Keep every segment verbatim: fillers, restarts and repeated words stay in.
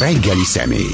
reggeli személy.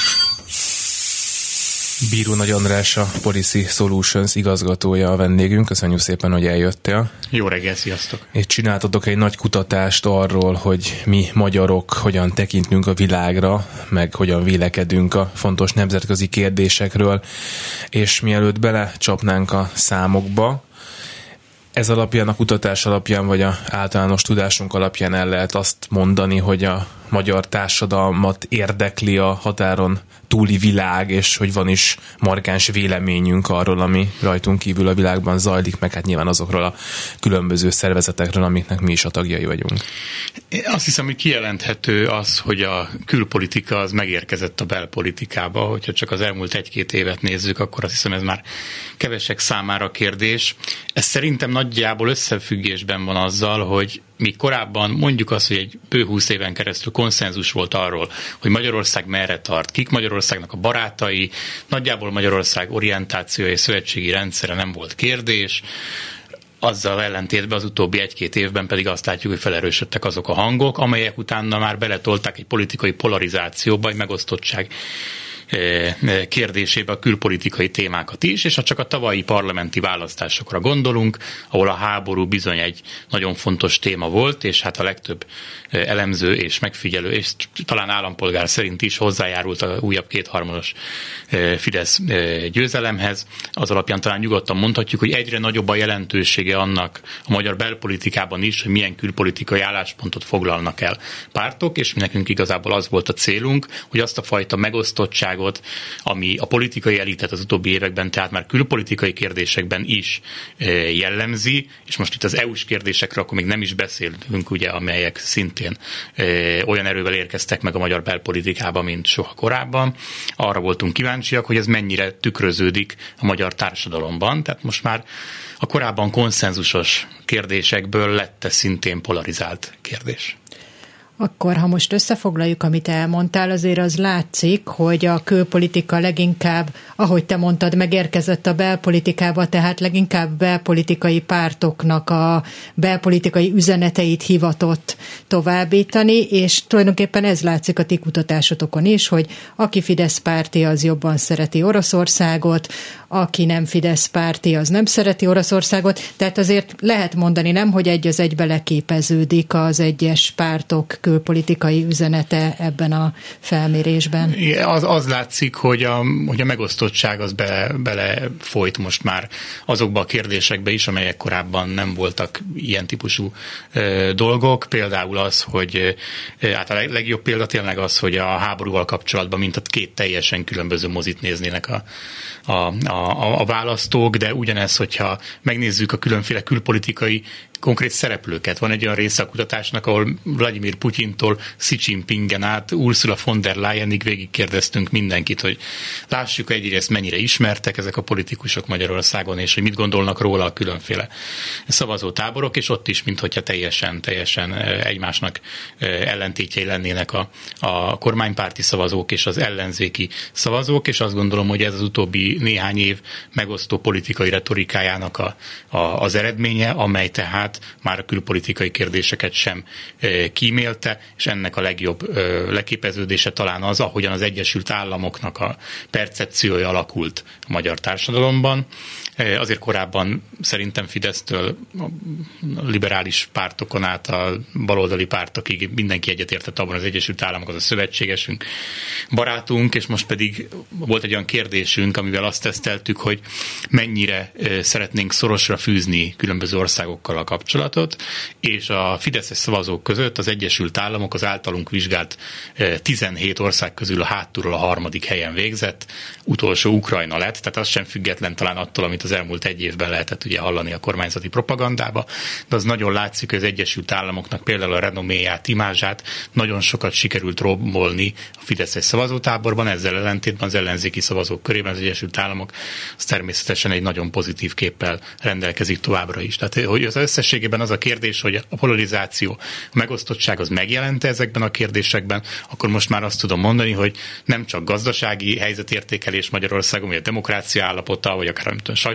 Bíró Nagy András, a Policy Solutions igazgatója a vendégünk. Köszönjük szépen, hogy eljöttél. Jó reggel, sziasztok! És csináltatok egy nagy kutatást arról, hogy mi magyarok hogyan tekintünk a világra, meg hogyan vélekedünk a fontos nemzetközi kérdésekről. És mielőtt belecsapnánk a számokba, ez alapján, a kutatás alapján, vagy a általános tudásunk alapján el lehet azt mondani, hogy a magyar társadalmat érdekli a határon túli világ, és hogy van is markáns véleményünk arról, ami rajtunk kívül a világban zajlik, meg hát nyilván azokról a különböző szervezetekről, amiknek mi is a tagjai vagyunk. Én azt hiszem, hogy kijelenthető az, hogy a külpolitika az megérkezett a belpolitikába. Hogyha csak az elmúlt egy-két évet nézzük, akkor azt hiszem, ez már kevesek számára kérdés. Ez szerintem nagyjából összefüggésben van azzal, hogy mi korábban mondjuk azt, hogy egy bő húsz éven keresztül konszenzus volt arról, hogy Magyarország merre tart, kik Magyarországnak a barátai, nagyjából Magyarország orientációja és szövetségi rendszere nem volt kérdés. Azzal ellentétben az utóbbi egy-két évben pedig azt látjuk, hogy felerősödtek azok a hangok, amelyek utána már beletolták egy politikai polarizációba, egy megosztottság kérdésébe a külpolitikai témákat is, és ha csak a tavalyi parlamenti választásokra gondolunk, ahol a háború bizony egy nagyon fontos téma volt, és hát a legtöbb elemző és megfigyelő, és talán állampolgár szerint is hozzájárult a újabb kétharmados Fidesz győzelemhez. Az alapján talán nyugodtan mondhatjuk, hogy egyre nagyobb a jelentősége annak a magyar belpolitikában is, hogy milyen külpolitikai álláspontot foglalnak el pártok, és nekünk igazából az volt a célunk, hogy azt a fajta megosztottság, ami a politikai elitet az utóbbi években, tehát már külpolitikai kérdésekben is jellemzi, és most itt az é u-s kérdésekről akkor még nem is beszélünk, ugye, amelyek szintén olyan erővel érkeztek meg a magyar belpolitikába, mint soha korábban. Arra voltunk kíváncsiak, hogy ez mennyire tükröződik a magyar társadalomban, tehát most már a korábban konszenzusos kérdésekből lett szintén polarizált kérdés. Akkor, ha most összefoglaljuk, amit elmondtál, azért az látszik, hogy a külpolitika leginkább, ahogy te mondtad, megérkezett a belpolitikába, tehát leginkább belpolitikai pártoknak a belpolitikai üzeneteit hivatott továbbítani, és tulajdonképpen ez látszik a ti kutatásotokon is, hogy aki Fidesz párti, az jobban szereti Oroszországot, aki nem Fidesz párti, az nem szereti Oroszországot, tehát azért lehet mondani, nem, hogy egy az egybe leképeződik az egyes pártok külpolitikai üzenete ebben a felmérésben. Az, az látszik, hogy a, hogy a megosztottság az be, bele folyt most már azokba a kérdésekbe is, amelyek korábban nem voltak ilyen típusú e, dolgok. Például az, hogy e, hát a legjobb példa tényleg az, hogy a háborúval kapcsolatban mint a két teljesen különböző mozit néznének a, a, a, a választók, de ugyanez, hogyha megnézzük a különféle külpolitikai konkrét szereplőket. Van egy olyan része a kutatásnak, ahol Vladimir Putyintól Xi Jinpingen át Ursula von der Leyenig végigkérdeztünk mindenkit, hogy lássuk egyrészt mennyire ismertek ezek a politikusok Magyarországon, és hogy mit gondolnak róla a különféle szavazótáborok, és ott is, minthogyha teljesen, teljesen egymásnak ellentétjei lennének a, a kormánypárti szavazók és az ellenzéki szavazók, és azt gondolom, hogy ez az utóbbi néhány év megosztó politikai retorikájának a, a, az eredménye, amely tehát már a külpolitikai kérdéseket sem e, kímélte, és ennek a legjobb e, leképeződése talán az, ahogyan az Egyesült Államoknak a percepciója alakult a magyar társadalomban. E, azért korábban szerintem Fidesztől a liberális pártokon át a baloldali pártokig mindenki egyetértett abban, az Egyesült Államok az a szövetségesünk, barátunk, és most pedig volt egy olyan kérdésünk, amivel azt teszteltük, hogy mennyire e, szeretnénk szorosra fűzni különböző országokkal a kapcsolatot, és a fideszes szavazók között az Egyesült Államok az általunk vizsgált tizenhét ország közül a hátulról a harmadik helyen végzett, utolsó Ukrajna lett, tehát az sem független talán attól, amit az elmúlt egy évben lehetett ugye hallani a kormányzati propagandába, de az nagyon látszik, hogy az Egyesült Államoknak például a renoméját, imázsát nagyon sokat sikerült rombolni a fideszes szavazótáborban, ezzel ellentétben az ellenzéki szavazók körében az Egyesült Államok az természetesen egy nagyon pozitív képpel rendelkezik továbbra is. Tehát, hogy az összességében az a kérdés, hogy a polarizáció, a megosztottság az megjelente ezekben a kérdésekben, akkor most már azt tudom mondani, hogy nem csak gazdasági helyzetértékelés Magyarországon, vagy a demokrácia állapota, vagy akár a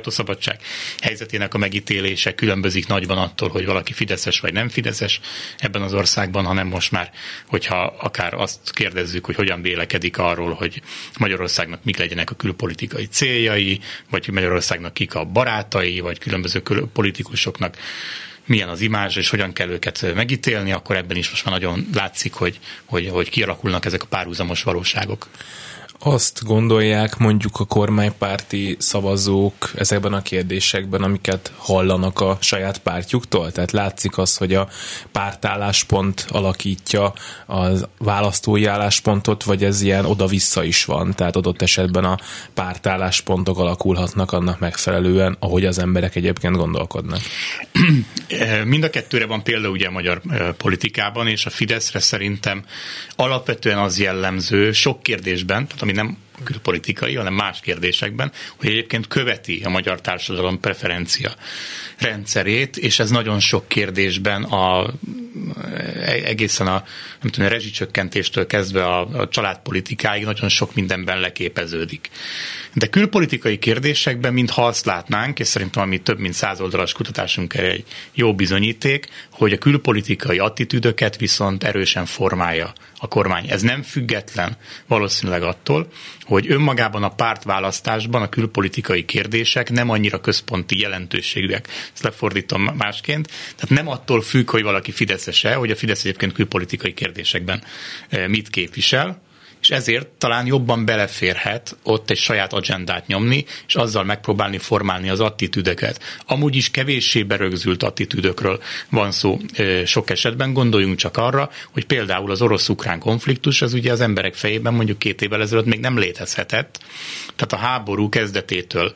sajtószabadság helyzetének a megítélése különbözik nagyban attól, hogy valaki fideszes vagy nem fideszes ebben az országban, hanem most már, hogyha akár azt kérdezzük, hogy hogyan vélekedik arról, hogy Magyarországnak mik legyenek a külpolitikai céljai, vagy hogy Magyarországnak kik a barátai, vagy különböző politikusoknak milyen az imázs, és hogyan kell őket megítélni, akkor ebben is most már nagyon látszik, hogy, hogy, hogy kialakulnak ezek a párhuzamos valóságok. Azt gondolják mondjuk a kormánypárti szavazók ezekben a kérdésekben, amiket hallanak a saját pártjuktól? Tehát látszik az, hogy a pártálláspont alakítja a választói álláspontot, vagy ez ilyen oda-vissza is van? Tehát adott esetben a pártálláspontok alakulhatnak annak megfelelően, ahogy az emberek egyébként gondolkodnak. Mind a kettőre van példa ugye a magyar politikában, és a Fideszre szerintem alapvetően az jellemző sok kérdésben, tehát ami nem külpolitikai, hanem más kérdésekben, hogy egyébként követi a magyar társadalom preferencia rendszerét, és ez nagyon sok kérdésben a, egészen a, nem tudom, a rezsicsökkentéstől kezdve a, a családpolitikáig nagyon sok mindenben leképeződik. De külpolitikai kérdésekben, mintha azt látnánk, és szerintem ami több mint száz oldalas kutatásunk egy jó bizonyíték, hogy a külpolitikai attitűdöket viszont erősen formálja a kormány. Ez nem független valószínűleg attól, hogy önmagában a pártválasztásban a külpolitikai kérdések nem annyira központi jelentőségűek. Ezt lefordítom másként. Tehát nem attól függ, hogy valaki fideszes-e, hogy a Fidesz egyébként külpolitikai kérdésekben mit képvisel, és ezért talán jobban beleférhet ott egy saját agendát nyomni, és azzal megpróbálni formálni az attitűdöket. Amúgy is kevéssé berögzült attitűdökről van szó sok esetben. Gondoljunk csak arra, hogy például az orosz-ukrán konfliktus, az ugye az emberek fejében mondjuk két évvel ezelőtt még nem létezhetett. Tehát a háború kezdetétől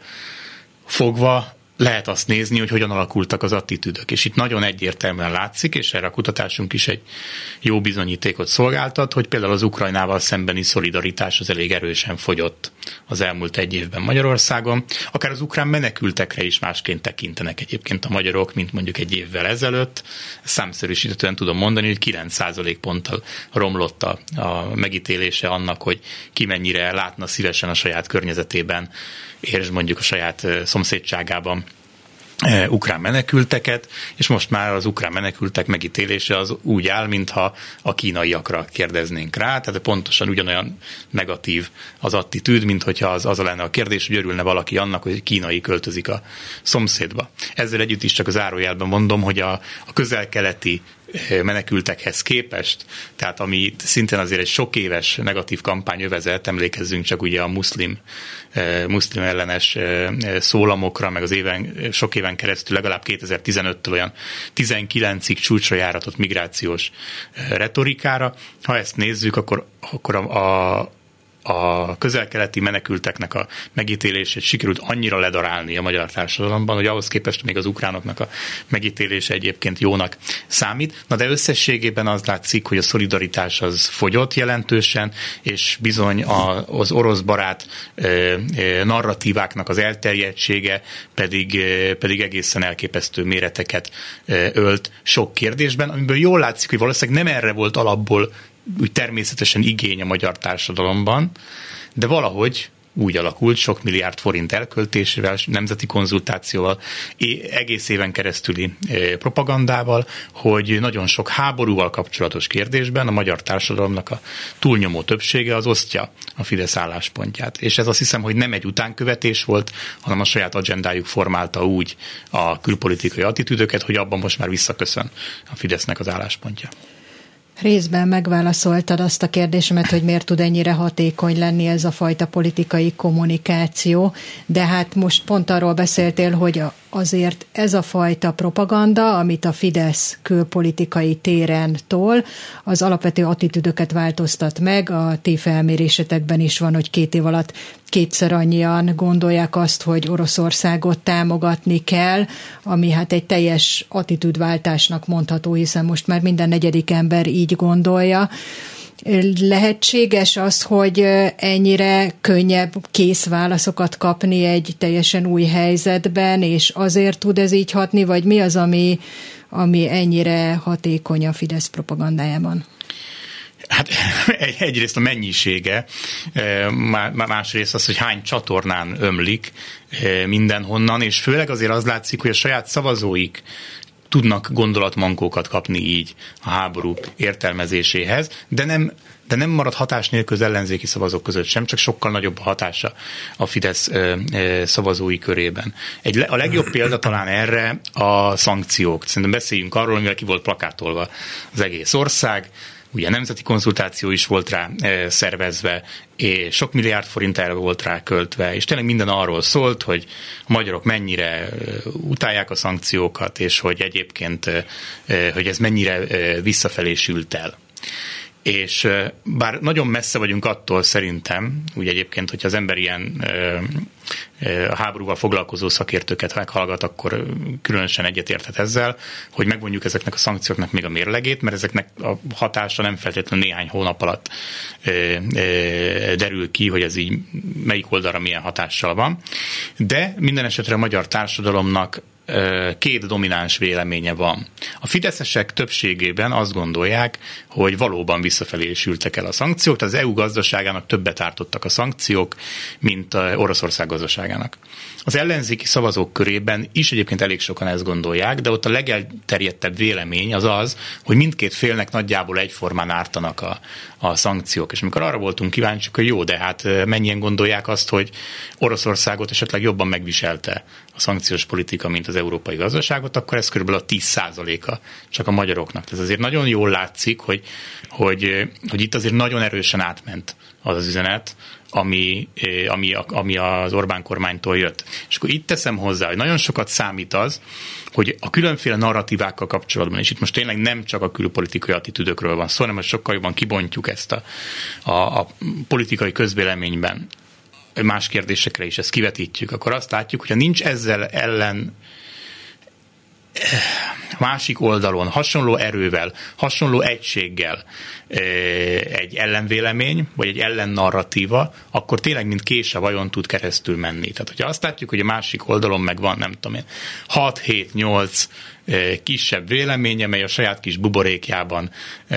fogva lehet azt nézni, hogy hogyan alakultak az attitűdök. És itt nagyon egyértelműen látszik, és erre a kutatásunk is egy jó bizonyítékot szolgáltat, hogy például az Ukrajnával szembeni szolidaritás az elég erősen fogyott az elmúlt egy évben Magyarországon. Akár az ukrán menekültekre is másként tekintenek egyébként a magyarok, mint mondjuk egy évvel ezelőtt. Számszerűsítően tudom mondani, hogy kilenc százalékponttal romlott a, a megítélése annak, hogy ki mennyire látna szívesen a saját környezetében, és mondjuk a saját szomszédságában ukrán menekülteket, és most már az ukrán menekültek megítélése az úgy áll, mintha a kínaiakra kérdeznénk rá, tehát pontosan ugyanolyan negatív az attitűd, mint hogyha az, az lenne a kérdés, hogy örülne valaki annak, hogy kínai költözik a szomszédba. Ezzel együtt is csak az zárójelben mondom, hogy a, a közel-keleti menekültekhez képest, tehát ami itt szintén azért egy sok éves negatív kampány övezet, emlékezzünk csak ugye a muszlim, muszlim ellenes szólamokra, meg az éven, sok éven keresztül legalább kétezer-tizenöttől olyan tizenkilencig csúcsra járatott migrációs retorikára. Ha ezt nézzük, akkor, akkor a, a a közel-keleti menekülteknek a megítélését sikerült annyira ledarálni a magyar társadalomban, hogy ahhoz képest még az ukránoknak a megítélése egyébként jónak számít. Na de összességében az látszik, hogy a szolidaritás az fogyott jelentősen, és bizony az orosz barát narratíváknak az elterjedtsége pedig, pedig egészen elképesztő méreteket ölt sok kérdésben, amiből jól látszik, hogy valószínűleg nem erre volt alapból úgy természetesen igény a magyar társadalomban, de valahogy úgy alakult sok milliárd forint elköltésével, nemzeti konzultációval, egész éven keresztüli propagandával, hogy nagyon sok háborúval kapcsolatos kérdésben a magyar társadalomnak a túlnyomó többsége az osztja a Fidesz álláspontját. És ez azt hiszem, hogy nem egy utánkövetés volt, hanem a saját agendájuk formálta úgy a külpolitikai attitűdöket, hogy abban most már visszaköszön a Fidesznek az álláspontja. Részben megválaszoltad azt a kérdésemet, hogy miért tud ennyire hatékony lenni ez a fajta politikai kommunikáció, de hát most pont arról beszéltél, hogy azért ez a fajta propaganda, amit a Fidesz külpolitikai téren tol, az alapvető attitűdöket változtat meg. A ti felmérésetekben is van, hogy két év alatt kétszer annyian gondolják azt, hogy Oroszországot támogatni kell, ami hát egy teljes attitűdváltásnak mondható, hiszen most már minden negyedik ember így gondolja. Lehetséges az, hogy ennyire könnyebb kész válaszokat kapni egy teljesen új helyzetben, és azért tud ez így hatni, vagy mi az, ami, ami ennyire hatékony a Fidesz propagandájában? Hát egy, egyrészt a mennyisége, másrészt az, hogy hány csatornán ömlik mindenhonnan, és főleg azért az látszik, hogy a saját szavazóik tudnak gondolatmankókat kapni így a háború értelmezéséhez, de nem de nem marad hatás nélkül az ellenzéki szavazók között sem, csak sokkal nagyobb a hatása a Fidesz szavazói körében. Egy, a legjobb példa talán erre a szankciók. Szerintem beszéljünk arról, amivel ki volt plakátolva az egész ország. Ugye nemzeti konzultáció is volt rá e, szervezve, és sok milliárd forint erre volt rá költve, és tényleg minden arról szólt, hogy a magyarok mennyire e, utálják a szankciókat, és hogy egyébként, e, hogy ez mennyire e, visszafelé sült el. És bár nagyon messze vagyunk attól szerintem, úgy egyébként, hogyha az ember ilyen a háborúval foglalkozó szakértőket meghallgat, akkor különösen egyetérthet ezzel, hogy megvonjuk ezeknek a szankcióknak még a mérlegét, mert ezeknek a hatása nem feltétlenül néhány hónap alatt derül ki, hogy ez így melyik oldalra milyen hatással van. De minden esetre a magyar társadalomnak két domináns véleménye van. A fideszesek többségében azt gondolják, hogy valóban visszafelé sültek el a szankciók, tehát az é u gazdaságának többet ártottak a szankciók, mint Oroszország gazdaságának. Az ellenzéki szavazók körében is egyébként elég sokan ezt gondolják, de ott a legelterjedtebb vélemény az az, hogy mindkét félnek nagyjából egyformán ártanak a, a szankciók. És amikor arra voltunk kíváncsiak, hogy jó, de hát mennyien gondolják azt, hogy Oroszországot esetleg jobban megviselte a szankciós politika, mint az európai gazdaságot, akkor ez körülbelül a tíz százaléka csak a magyaroknak. Tehát azért nagyon jól látszik, hogy, hogy, hogy itt azért nagyon erősen átment az az üzenet, ami, ami, ami az Orbán kormánytól jött. És akkor itt teszem hozzá, hogy nagyon sokat számít az, hogy a különféle narratívákkal kapcsolatban, és itt most tényleg nem csak a külpolitikai attitűdökről van szó, hanem hogy sokkal jobban kibontjuk ezt a, a, a politikai közvéleményben más kérdésekre is ezt kivetítjük, akkor azt látjuk, hogyha nincs ezzel ellen másik oldalon, hasonló erővel, hasonló egységgel egy ellenvélemény, vagy egy ellennarratíva, akkor tényleg mint kés a vajon tud keresztül menni. Tehát, hogyha azt látjuk, hogy a másik oldalon meg van, nem tudom én, hat, hét, nyolc kisebb véleménye, mely a saját kis buborékjában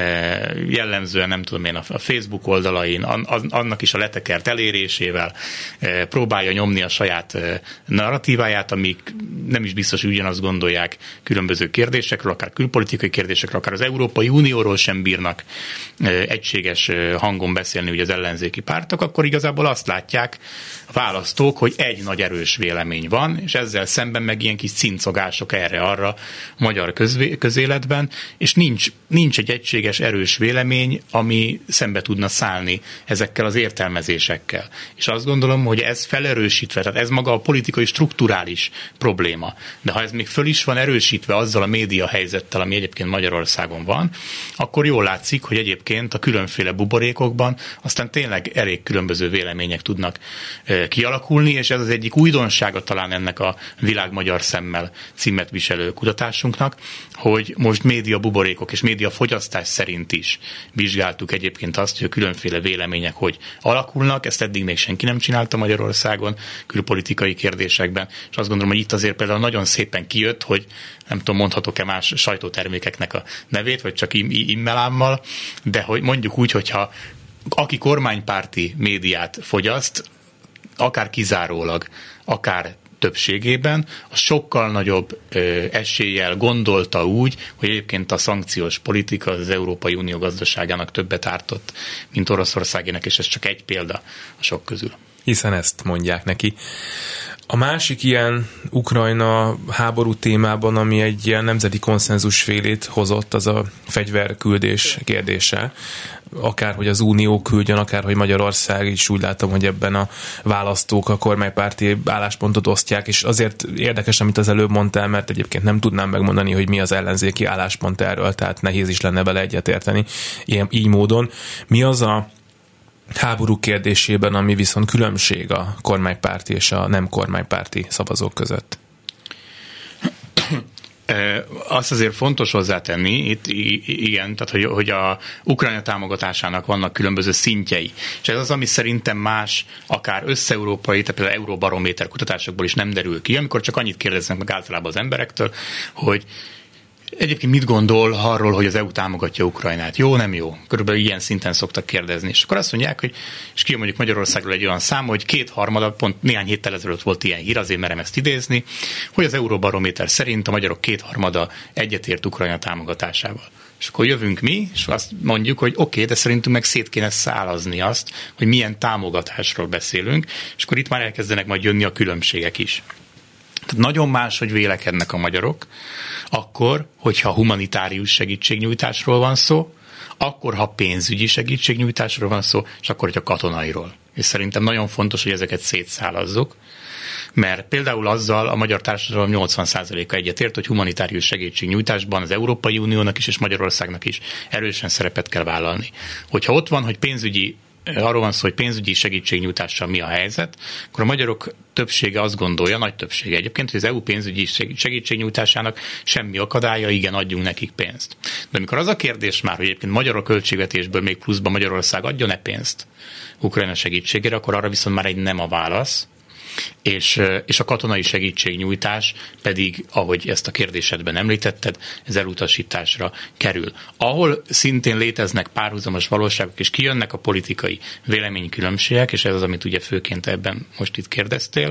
jellemzően, nem tudom én, a Facebook oldalain, annak is a letekert elérésével próbálja nyomni a saját narratíváját, amik nem is biztos, hogy ugyanazt gondolják különböző kérdésekről, akár külpolitikai kérdésekről, akár az Európai Unióról sem bírnak egységes hangon beszélni ugye az ellenzéki pártok, akkor igazából azt látják a választók, hogy egy nagy erős vélemény van, és ezzel szemben meg ilyen kis cincogások erre-arra a magyar közvé- közéletben, és nincs, nincs egy egységes erős vélemény, ami szembe tudna szállni ezekkel az értelmezésekkel. És azt gondolom, hogy ez felerősítve, tehát ez maga a politikai strukturális probléma. De ha ez még föl is van erősítve azzal a média helyzettel, ami egyébként Magyarországon van, akkor jól látszik, hogy egyébként a különféle buborékokban aztán tényleg elég különböző vélemények tudnak kialakulni, és ez az egyik újdonsága talán ennek a Világ magyar szemmel címet viselő kutatásunknak, hogy most média buborékok és média fogyasztás szerint is vizsgáltuk egyébként azt, hogy a különféle vélemények hogy alakulnak, ezt eddig még senki nem csinálta Magyarországon külpolitikai kérdésekben, és azt gondolom, hogy itt azért például nagyon szépen kijött, hogy nem tudom, mondhatok-e más sajtótermékeknek a nevét, vagy csak immelámmal, de hogy mondjuk úgy, hogyha aki kormánypárti médiát fogyaszt, akár kizárólag, akár többségében, az sokkal nagyobb ö, eséllyel gondolta úgy, hogy egyébként a szankciós politika az Európai Unió gazdaságának többet ártott, mint Oroszországének, és ez csak egy példa a sok közül. Hiszen ezt mondják neki. A másik ilyen Ukrajna háború témában, ami egy ilyen nemzeti konszenzus félét hozott, az a fegyverküldés kérdése. Akár, hogy az Unió küldjön, akár, hogy Magyarország, is úgy látom, hogy ebben a választók a kormánypárti álláspontot osztják, és azért érdekes, amit az előbb mondtál, mert egyébként nem tudnám megmondani, hogy mi az ellenzéki álláspont erről, tehát nehéz is lenne vele egyetérteni ilyen, így módon. Mi az a háború kérdésében, ami viszont különbség a kormánypárti és a nem kormánypárti szavazók között? Azt azért fontos hozzátenni, itt igen, tehát hogy, hogy a Ukrajna támogatásának vannak különböző szintjei. És ez az, ami szerintem más, akár össze-európai, tehát például Euróbarométer kutatásokból is nem derül ki, amikor csak annyit kérdeznek meg általában az emberektől, hogy Egyébként mit gondol arról, hogy az é u támogatja Ukrajnát? Jó, nem jó? Körülbelül ilyen szinten szoktak kérdezni. És akkor azt mondják, hogy, és kijön mondjuk Magyarországról egy olyan szám, hogy kétharmada, pont néhány héttel ezelőtt volt ilyen hír, azért merem ezt idézni, hogy az Euróbarométer szerint a magyarok kétharmada egyetért Ukrajna támogatásával. És akkor jövünk mi, és azt mondjuk, hogy oké, okay, de szerintünk meg szét kéne szálazni azt, hogy milyen támogatásról beszélünk, és akkor itt már elkezdenek majd jönni a különbségek is. Tehát nagyon más, hogy vélekednek a magyarok, akkor, hogyha humanitárius segítségnyújtásról van szó, akkor, ha pénzügyi segítségnyújtásról van szó, és akkor, hogyha katonairól. És szerintem nagyon fontos, hogy ezeket szétszálazzuk, mert például azzal a magyar társadalom nyolcvan százaléka egyetért, hogy humanitárius segítségnyújtásban az Európai Uniónak is és Magyarországnak is erősen szerepet kell vállalni. Hogyha ott van, hogy pénzügyi arról van szó, hogy pénzügyi segítségnyújtással mi a helyzet, akkor a magyarok többsége azt gondolja, nagy többsége egyébként, hogy az é u pénzügyi segítségnyújtásának semmi akadálya, igen, adjunk nekik pénzt. De amikor az a kérdés már, hogy egyébként magyar a költségvetésből még pluszban Magyarország adjon-e pénzt Ukrajna segítségére, akkor arra viszont már egy nem a válasz, és, és a katonai segítségnyújtás pedig, ahogy ezt a kérdésedben említetted, ez elutasításra kerül. Ahol szintén léteznek párhuzamos valóságok, és kijönnek a politikai véleménykülönbségek, és ez az, amit ugye főként ebben most itt kérdeztél,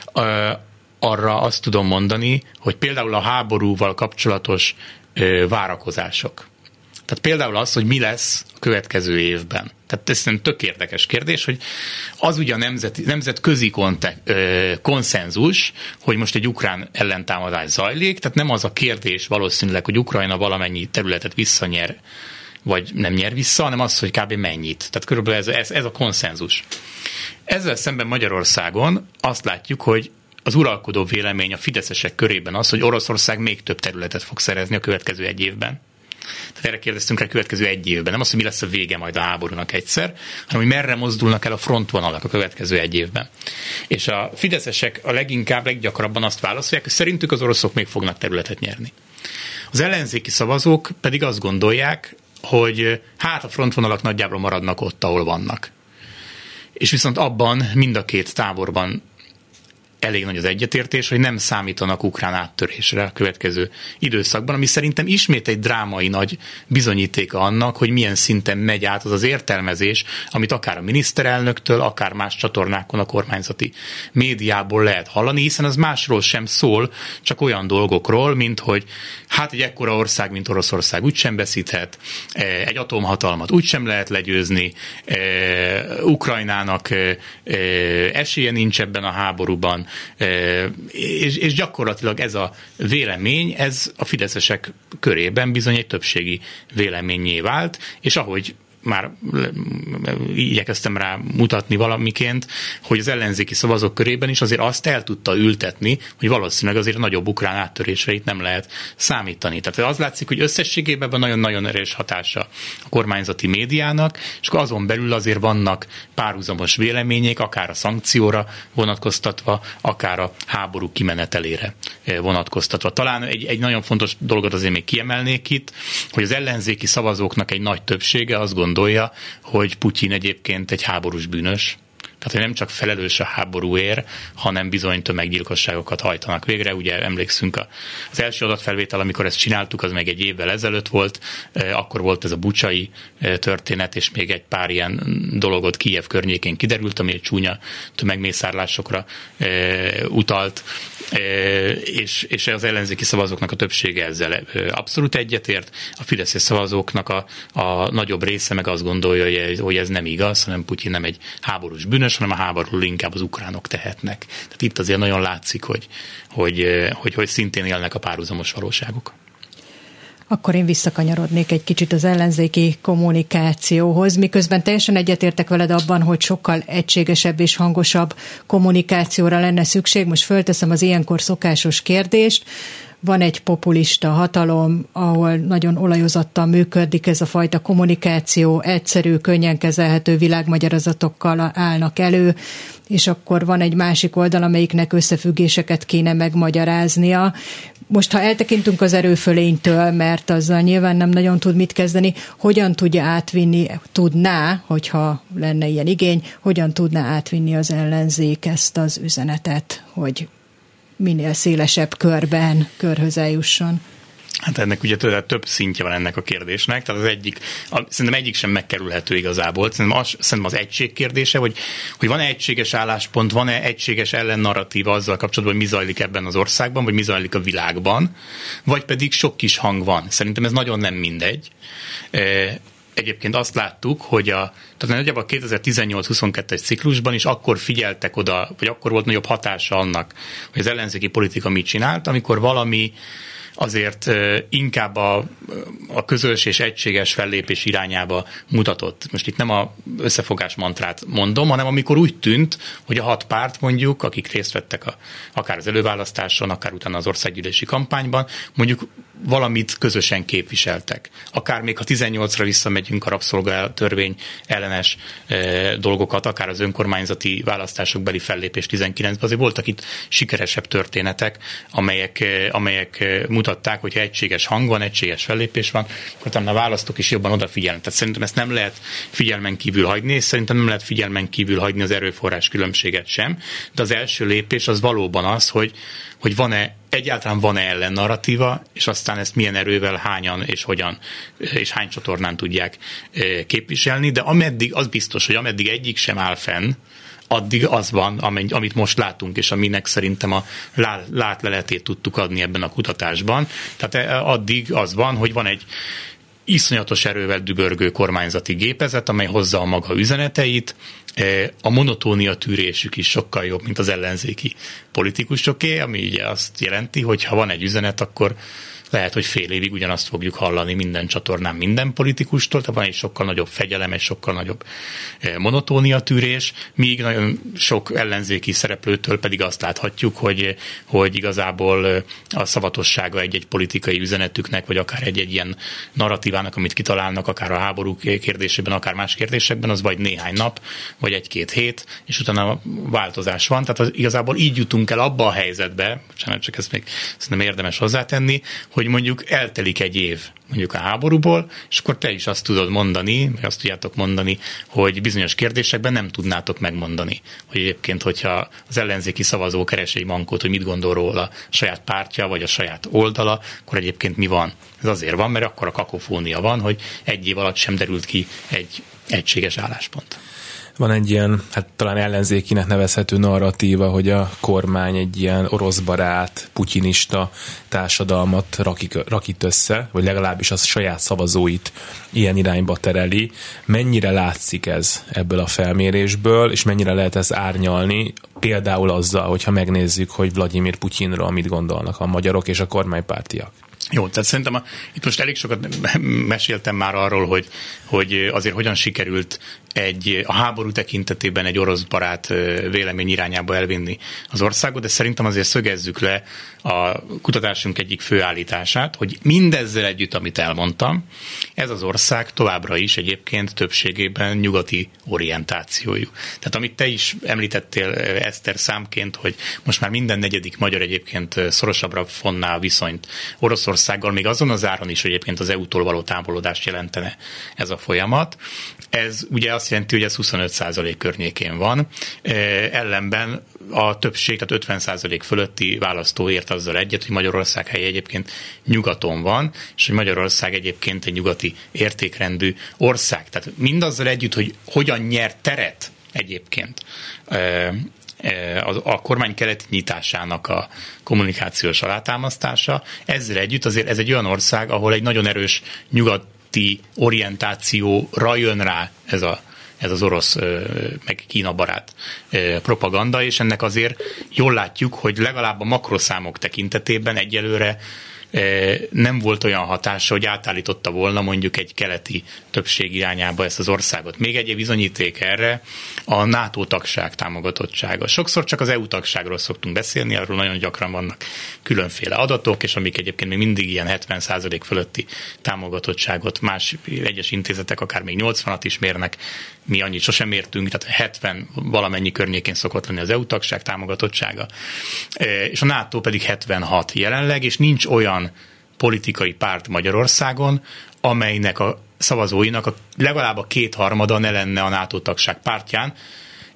arra azt tudom mondani, hogy például a háborúval kapcsolatos várakozások. Tehát például az, hogy mi lesz a következő évben. Tehát ez egy tök érdekes kérdés, hogy az ugye a nemzeti, nemzetközi kontek, ö, konszenzus, hogy most egy ukrán ellentámadás zajlik, tehát nem az a kérdés valószínűleg, hogy Ukrajna valamennyi területet visszanyer, vagy nem nyer vissza, hanem az, hogy kb. Mennyit. Tehát körülbelül ez, ez, ez a konszenzus. Ezzel szemben Magyarországon azt látjuk, hogy az uralkodó vélemény a fideszesek körében az, hogy Oroszország még több területet fog szerezni a következő egy évben. Tehát erre kérdeztünk rá a következő egy évben. Nem az, hogy mi lesz a vége majd a háborúnak egyszer, hanem hogy merre mozdulnak el a frontvonalak a következő egy évben. És a fideszesek a leginkább, leggyakrabban azt válaszolják, hogy szerintük az oroszok még fognak területet nyerni. Az ellenzéki szavazók pedig azt gondolják, hogy hát a frontvonalak nagyjából maradnak ott, ahol vannak. És viszont abban mind a két táborban elég nagy az egyetértés, hogy nem számítanak ukrán áttörésre a következő időszakban, ami szerintem ismét egy drámai nagy bizonyítéka annak, hogy milyen szinten megy át az az értelmezés, amit akár a miniszterelnöktől, akár más csatornákon a kormányzati médiából lehet hallani, hiszen az másról sem szól, csak olyan dolgokról, mint hogy hát egy ekkora ország, mint Oroszország úgysem veszíthet, egy atomhatalmat úgysem lehet legyőzni, Ukrajnának esélye nincs ebben a háborúban, És, és gyakorlatilag ez a vélemény, ez a fideszesek körében bizony egy többségi véleményé vált, és ahogy már igyekeztem rá mutatni valamiként, hogy az ellenzéki szavazók körében is azért azt el tudta ültetni, hogy valószínűleg azért nagyobb ukrán áttörésre itt nem lehet számítani. Tehát az látszik, hogy összességében nagyon-nagyon erős hatása a kormányzati médiának, és akkor azon belül azért vannak párhuzamos vélemények, akár a szankcióra vonatkoztatva, akár a háború kimenetelére vonatkoztatva. Talán egy, egy nagyon fontos dolgot azért még kiemelnék itt, hogy az ellenzéki szavazóknak egy nagy többsége azt gondolja, hogy Putyin egyébként egy háborús bűnös. Tehát, hogy nem csak felelős a háborúért, hanem bizony tömeggyilkosságokat hajtanak végre. Ugye emlékszünk az első adatfelvétel, amikor ezt csináltuk, az meg egy évvel ezelőtt volt, akkor volt ez a bucsai történet, és még egy pár ilyen dologot Kijev környékén kiderült, ami egy csúnya tömegmészárlásokra utalt, és, és az ellenzéki szavazóknak a többsége ezzel abszolút egyetért. A fideszes szavazóknak a, a nagyobb része meg azt gondolja, hogy ez nem igaz, hanem Putyin nem egy háborús bűnös, hanem a háborúról inkább az ukránok tehetnek. Tehát itt azért nagyon látszik, hogy, hogy, hogy, hogy szintén élnek a párhuzamos valóságok. Akkor én visszakanyarodnék egy kicsit az ellenzéki kommunikációhoz, miközben teljesen egyetértek veled abban, hogy sokkal egységesebb és hangosabb kommunikációra lenne szükség. Most fölteszem az ilyenkor szokásos kérdést. Van egy populista hatalom, ahol nagyon olajozottan működik ez a fajta kommunikáció, egyszerű, könnyen kezelhető világmagyarázatokkal állnak elő, és akkor van egy másik oldal, amelyiknek összefüggéseket kéne megmagyaráznia. Most, ha eltekintünk az erőfölénytől, mert azzal nyilván nem nagyon tud mit kezdeni, hogyan tudja átvinni, tudná, hogyha lenne ilyen igény, hogyan tudná átvinni az ellenzék ezt az üzenetet, hogy minél szélesebb körben, körhöz eljusson? Hát ennek ugye több szintje van ennek a kérdésnek, tehát az egyik, a, szerintem egyik sem megkerülhető igazából. Szerintem az, szerintem az egység kérdése, hogy, hogy van-e egységes álláspont, van-e egységes ellennarratíva azzal kapcsolatban, hogy mi zajlik ebben az országban, vagy mi zajlik a világban, vagy pedig sok kis hang van. Szerintem ez nagyon nem mindegy. Egyébként azt láttuk, hogy a, tehát nagyjából a kétezer-tizennyolc huszonkettes ciklusban is akkor figyeltek oda, vagy akkor volt nagyobb hatása annak, hogy az ellenzéki politika mit csinált, amikor valami azért inkább a, a közös és egységes fellépés irányába mutatott. Most itt nem a összefogás mantrát mondom, hanem amikor úgy tűnt, hogy a hat párt mondjuk, akik részt vettek a, akár az előválasztáson, akár utána az országgyűlési kampányban, mondjuk valamit közösen képviseltek. Akár még ha tizennyolcra visszamegyünk a rabszolgatörvény ellenes e, dolgokat, akár az önkormányzati választásokbeli fellépés tizenkilencben, azért voltak itt sikeresebb történetek, amelyek, e, amelyek e, mutatták, hogyha egységes hang van, egységes fellépés van, akkor talán a választók is jobban odafigyelnek. Tehát szerintem ezt nem lehet figyelmen kívül hagyni, és szerintem nem lehet figyelmen kívül hagyni az erőforrás különbséget sem, de az első lépés az valóban az, hogy, hogy van-e egyáltalán van-e ellennarratíva, és aztán ezt milyen erővel, hányan és hogyan, és hány csatornán tudják képviselni, de ameddig, az biztos, hogy ameddig egyik sem áll fenn, addig az van, amit most látunk, és aminek szerintem a látleletét tudtuk adni ebben a kutatásban. Tehát addig az van, hogy van egy iszonyatos erővel dübörgő kormányzati gépezet, amely hozza a maga üzeneteit. A monotónia tűrésük is sokkal jobb, mint az ellenzéki politikusoké, ami ugye azt jelenti, hogy ha van egy üzenet, akkor lehet, hogy fél évig ugyanazt fogjuk hallani minden csatornán, minden politikustól, tehát van egy sokkal nagyobb fegyelem, egy sokkal nagyobb monotónia tűrés, míg nagyon sok ellenzéki szereplőtől pedig azt láthatjuk, hogy, hogy igazából a szavatossága egy-egy politikai üzenetüknek, vagy akár egy-egy ilyen narratívának, amit kitalálnak, akár a háború kérdésében, akár más kérdésekben, az vagy néhány nap, vagy egy-két hét, és utána változás van. Tehát az, igazából így jutunk el abba a helyzetbe, bocsánat, csak ezt még szerintem érdemes hozzátenni, hogy mondjuk eltelik egy év mondjuk a háborúból, és akkor te is azt tudod mondani, vagy azt tudjátok mondani, hogy bizonyos kérdésekben nem tudnátok megmondani. Hogy egyébként, hogyha az ellenzéki szavazó keresi egy mankót, hogy mit gondol róla a saját pártja, vagy a saját oldala, akkor egyébként mi van? Ez azért van, mert akkor a kakofónia van, hogy egy év alatt sem derült ki egy egységes álláspont. Van egy ilyen, hát talán ellenzékinek nevezhető narratíva, hogy a kormány egy ilyen oroszbarát, putyinista társadalmat rakik, rakít össze, vagy legalábbis az saját szavazóit ilyen irányba tereli. Mennyire látszik ez ebből a felmérésből, és mennyire lehet ezt árnyalni, például azzal, hogyha megnézzük, hogy Vladimir Putyinról mit gondolnak a magyarok és a kormánypártiak? Jó, tehát szerintem a, itt most elég sokat meséltem már arról, hogy, hogy azért hogyan sikerült egy, a háború tekintetében egy orosz barát vélemény irányába elvinni az országot, de szerintem azért szögezzük le a kutatásunk egyik főállítását, hogy mindezzel együtt, amit elmondtam, ez az ország továbbra is egyébként többségében nyugati orientációjú. Tehát amit te is említettél, Eszter, számként, hogy most már minden negyedik magyar egyébként szorosabbra fonná a viszonyt Oroszországgal, még azon az áron is, hogy egyébként az é u-tól való távolodást jelentene ez a folyamat. Ez ugye azt jelenti, hogy ez huszonöt százalék környékén van. Ellenben a többség, tehát ötven százalék fölötti választó ért azzal egyet, hogy Magyarország helye egyébként nyugaton van, és hogy Magyarország egyébként egy nyugati értékrendű ország. Tehát mindazzal együtt, hogy hogyan nyer teret egyébként a kormány keleti nyitásának a kommunikációs alátámasztása, ezzel együtt azért ez egy olyan ország, ahol egy nagyon erős nyugati orientációra jön rá ez a ez az orosz, meg Kína barát propaganda, és ennek azért jól látjuk, hogy legalább a makroszámok tekintetében egyelőre nem volt olyan hatása, hogy átállította volna mondjuk egy keleti többség irányába ezt az országot. Még egy bizonyíték erre a NATO tagság támogatottsága. Sokszor csak az é u tagságról szoktunk beszélni, arról nagyon gyakran vannak különféle adatok, és amik egyébként még mindig ilyen hetven százalék fölötti támogatottságot más egyes intézetek akár még nyolcvanat is mérnek, mi annyit sosem értünk, tehát hetven valamennyi környékén szokott lenni az é u tagság támogatottsága. És a NATO pedig hetvenhat jelenleg, és nincs olyan politikai párt Magyarországon, amelynek a szavazóinak a, legalább a kétharmada ne lenne a NATO tagság pártján,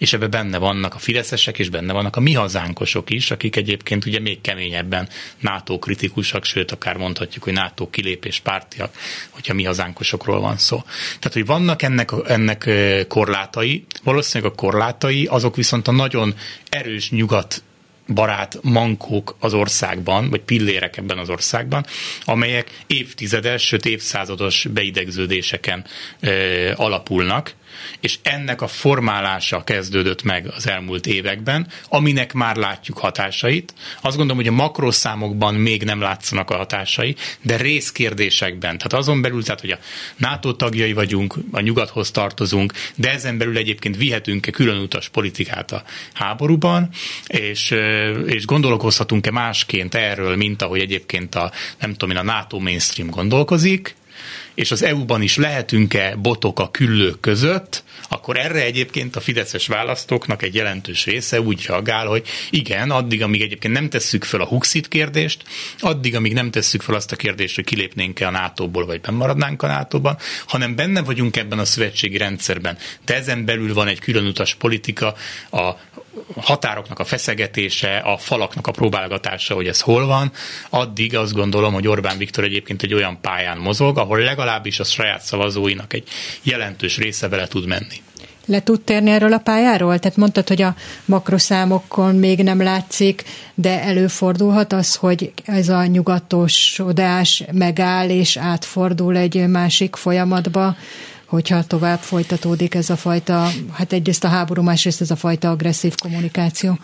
és ebben benne vannak a fideszesek, és benne vannak a mi hazánkosok is, akik egyébként ugye még keményebben NATO kritikusak, sőt, akár mondhatjuk, hogy NATO kilépés pártiak, hogyha mi hazánkosokról van szó. Tehát, hogy vannak ennek, ennek korlátai, valószínűleg a korlátai, azok viszont a nagyon erős nyugat barát mankók az országban, vagy pillérek ebben az országban, amelyek évtizedes, sőt évszázados beidegződéseken ö, alapulnak, és ennek a formálása kezdődött meg az elmúlt években, aminek már látjuk hatásait. Azt gondolom, hogy a makroszámokban még nem látszanak a hatásai, de részkérdésekben, tehát azon belül, tehát, hogy a NATO tagjai vagyunk, a nyugathoz tartozunk, de ezen belül egyébként vihetünk-e különutas politikát a háborúban, és, és gondolkozhatunk-e másként erről, mint ahogy egyébként a, nem tudom én, a NATO mainstream gondolkozik, és az é u-ban is lehetünk-e botok a küllők között, akkor erre egyébként a fideszes választóknak egy jelentős része úgy reagál, hogy igen, addig, amíg egyébként nem tesszük fel a Huxit kérdést, addig, amíg nem tesszük fel azt a kérdést, hogy kilépnénk-e a nátóból, vagy bennmaradnánk a nátóban, hanem benne vagyunk ebben a szövetségi rendszerben. De ezen belül van egy különutas politika, a határoknak a feszegetése, a falaknak a próbálgatása, hogy ez hol van, addig azt gondolom, hogy Orbán Viktor egyébként egy olyan pályán mozog, ahol legalábbis a saját szavazóinak egy jelentős része vele tud menni. Le tud térni erről a pályáról? Tehát mondtad, hogy a makroszámokon még nem látszik, de előfordulhat az, hogy ez a nyugatosodás megáll és átfordul egy másik folyamatba, hogyha tovább folytatódik ez a fajta, hát egyrészt a háború, másrészt ez a fajta agresszív kommunikáció?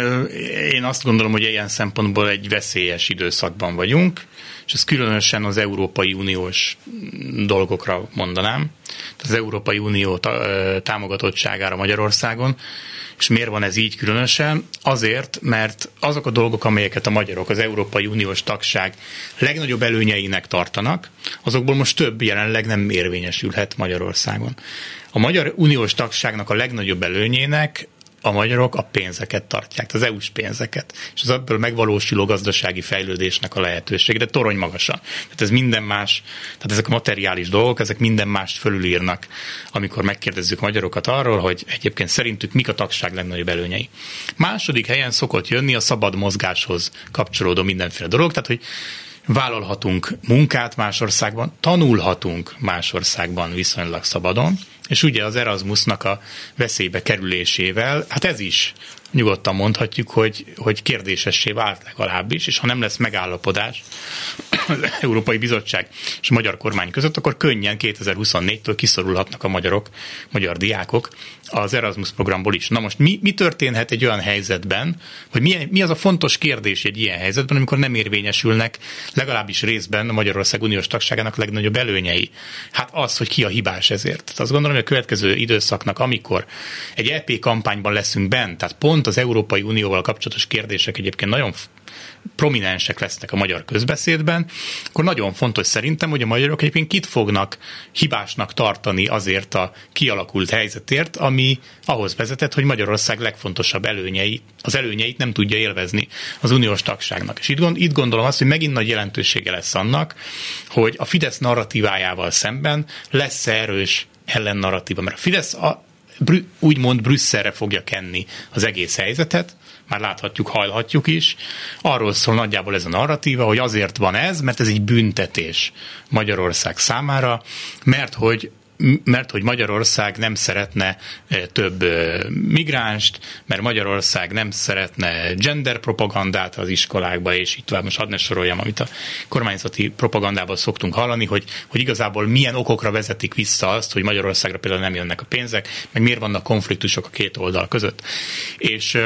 Én azt gondolom, hogy ilyen szempontból egy veszélyes időszakban vagyunk, és ez különösen az Európai Uniós dolgokra mondanám, az Európai Unió támogatottságára Magyarországon. És miért van ez így különösen? Azért, mert azok a dolgok, amelyeket a magyarok az Európai Uniós tagság legnagyobb előnyeinek tartanak, azokból most több jelenleg nem érvényesülhet Magyarországon. A Magyar Uniós tagságnak a legnagyobb előnyének a magyarok a pénzeket tartják, az é u-s pénzeket, és az ebből megvalósuló gazdasági fejlődésnek a lehetőség, de torony magasan. Tehát ez minden más, tehát ezek a materiális dolgok, ezek minden mást fölülírnak, amikor megkérdezzük magyarokat arról, hogy egyébként szerintük mik a tagság legnagyobb előnyei. Második helyen szokott jönni a szabad mozgáshoz kapcsolódó mindenféle dolog, tehát hogy vállalhatunk munkát más országban, tanulhatunk más országban viszonylag szabadon, és ugye az Erasmusnak a veszélybe kerülésével, hát ez is nyugodtan mondhatjuk, hogy, hogy kérdésessé vált legalábbis, és ha nem lesz megállapodás az Európai Bizottság és a magyar kormány között, akkor könnyen kétezer-huszonnégytől kiszorulhatnak a magyarok, magyar diákok az Erasmus programból is. Na most mi, mi történhet egy olyan helyzetben, vagy mi, mi az a fontos kérdés egy ilyen helyzetben, amikor nem érvényesülnek legalábbis részben a Magyarország uniós tagságának legnagyobb előnyei? Hát az, hogy ki a hibás ezért. Tehát azt gondolom, hogy a következő időszaknak, amikor egy é pé kampányban leszünk bent, tehát pont az Európai Unióval kapcsolatos kérdések egyébként nagyon prominensek lesznek a magyar közbeszédben, akkor nagyon fontos szerintem, hogy a magyarok egyébként kit fognak hibásnak tartani azért a kialakult helyzetért, ami ahhoz vezetett, hogy Magyarország legfontosabb előnyei, az előnyeit nem tudja élvezni az uniós tagságnak. És itt, gond, itt gondolom azt, hogy megint nagy jelentősége lesz annak, hogy a Fidesz narratívájával szemben lesz erős ellennarratíva, mert a Fidesz a, úgymond Brüsszelre fogja kenni az egész helyzetet, már láthatjuk, hallhatjuk is. Arról szól nagyjából ez a narratíva, hogy azért van ez, mert ez egy büntetés Magyarország számára, mert hogy mert hogy Magyarország nem szeretne több migránst, mert Magyarország nem szeretne gender propagandát az iskolákba, és itt tovább most hadd ne soroljam, amit a kormányzati propagandában szoktunk hallani, hogy, hogy igazából milyen okokra vezetik vissza azt, hogy Magyarországra például nem jönnek a pénzek, meg miért vannak konfliktusok a két oldal között. És,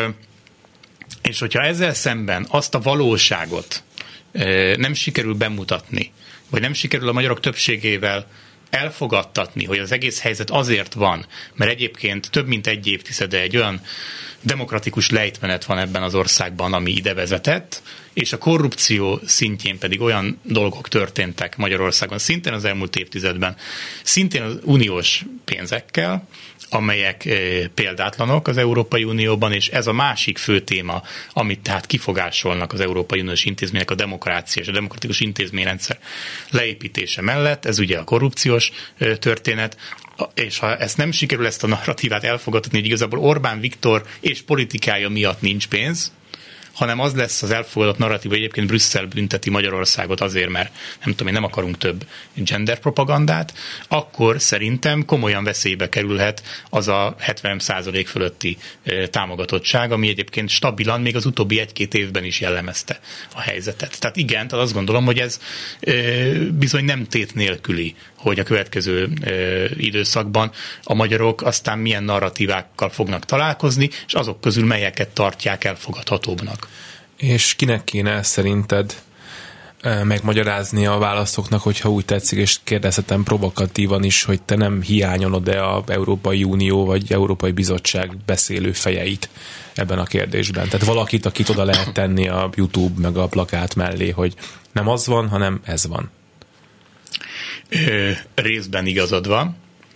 és hogyha ezzel szemben azt a valóságot nem sikerül bemutatni, vagy nem sikerül a magyarok többségével elfogadtatni, hogy az egész helyzet azért van, mert egyébként több mint egy évtizede egy olyan demokratikus lejtmenet van ebben az országban, ami ide vezetett, és a korrupció szintjén pedig olyan dolgok történtek Magyarországon, szintén az elmúlt évtizedben, szintén az uniós pénzekkel, amelyek példátlanok az Európai Unióban, és ez a másik fő téma, amit tehát kifogásolnak az Európai Uniós intézmények, a demokrácia és a demokratikus intézményrendszer leépítése mellett, ez ugye a korrupciós történet, és ha ezt nem sikerül ezt a narratívát elfogadni, hogy igazából Orbán Viktor és politikája miatt nincs pénz, hanem az lesz az elfogadott narratív, hogy egyébként Brüsszel bünteti Magyarországot azért, mert nem tudom én, nem akarunk több gender propagandát, akkor szerintem komolyan veszélybe kerülhet az a hetven százalék fölötti támogatottság, ami egyébként stabilan még az utóbbi egy-két évben is jellemezte a helyzetet. Tehát igen, tehát azt gondolom, hogy ez bizony nem tét nélküli, hogy a következő időszakban a magyarok aztán milyen narratívákkal fognak találkozni, és azok közül melyeket tartják elfogadhatóbbnak. És kinek kéne szerinted megmagyarázni a választóknak, hogyha úgy tetszik, és kérdezhetem provokatívan is, hogy te nem hiányolod-e az Európai Unió vagy Európai Bizottság beszélő fejeit ebben a kérdésben? Tehát valakit, akit oda lehet tenni a YouTube meg a plakát mellé, hogy nem az van, hanem ez van. Ö, részben igazad van.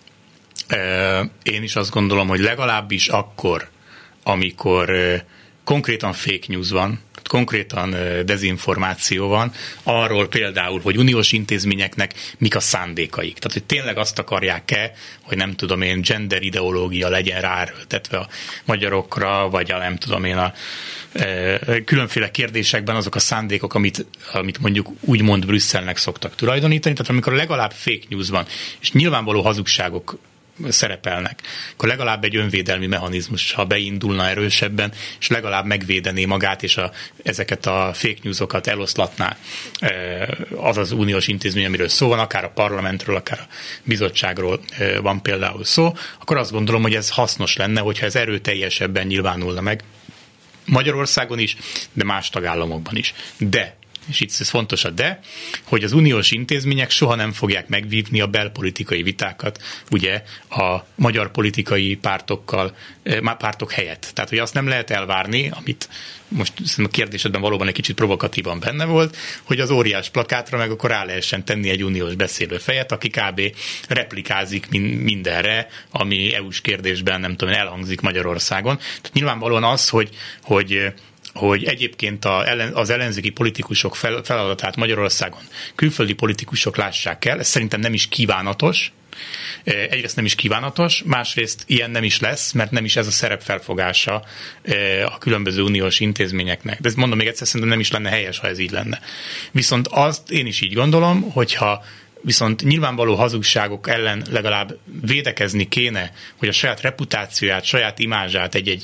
Ö, én is azt gondolom, hogy legalábbis akkor, amikor ö, konkrétan fake news van, konkrétan dezinformáció van, arról például, hogy uniós intézményeknek mik a szándékaik. Tehát, hogy tényleg azt akarják-e, hogy nem tudom én, gender ideológia legyen ráerőltetve a magyarokra, vagy a nem tudom én, a e, különféle kérdésekben azok a szándékok, amit, amit mondjuk úgymond Brüsszelnek szoktak tulajdonítani. Tehát amikor legalább fake news van, és nyilvánvaló hazugságok szerepelnek, akkor legalább egy önvédelmi mechanizmus, ha beindulna erősebben, és legalább megvédené magát, és a, ezeket a fake newsokat eloszlatná az az uniós intézmény, amiről szó van, akár a parlamentről, akár a bizottságról van például szó, akkor azt gondolom, hogy ez hasznos lenne, hogyha ez erőteljesebben nyilvánulna meg Magyarországon is, de más tagállamokban is. De és itt ez fontos a de, hogy az uniós intézmények soha nem fogják megvívni a belpolitikai vitákat, ugye a magyar politikai pártokkal, pártok helyett. Tehát, hogy azt nem lehet elvárni, amit most a kérdésedben valóban egy kicsit provokatívan benne volt, hogy az óriás plakátra meg akkor rá lehessen tenni egy uniós beszélőfejet, aki kb. Replikázik mindenre, ami é u-s kérdésben, nem tudom, elhangzik Magyarországon. Tehát nyilvánvalóan az, hogy, hogy hogy egyébként az ellenzéki politikusok feladatát Magyarországon külföldi politikusok lássák el, ez szerintem nem is kívánatos. Egyrészt nem is kívánatos, másrészt ilyen nem is lesz, mert nem is ez a szerepfelfogása a különböző uniós intézményeknek. De ezt mondom még egyszer, szerintem nem is lenne helyes, ha ez így lenne. Viszont azt én is így gondolom, hogyha viszont nyilvánvaló hazugságok ellen legalább védekezni kéne, hogy a saját reputációját, saját imázsát egy-egy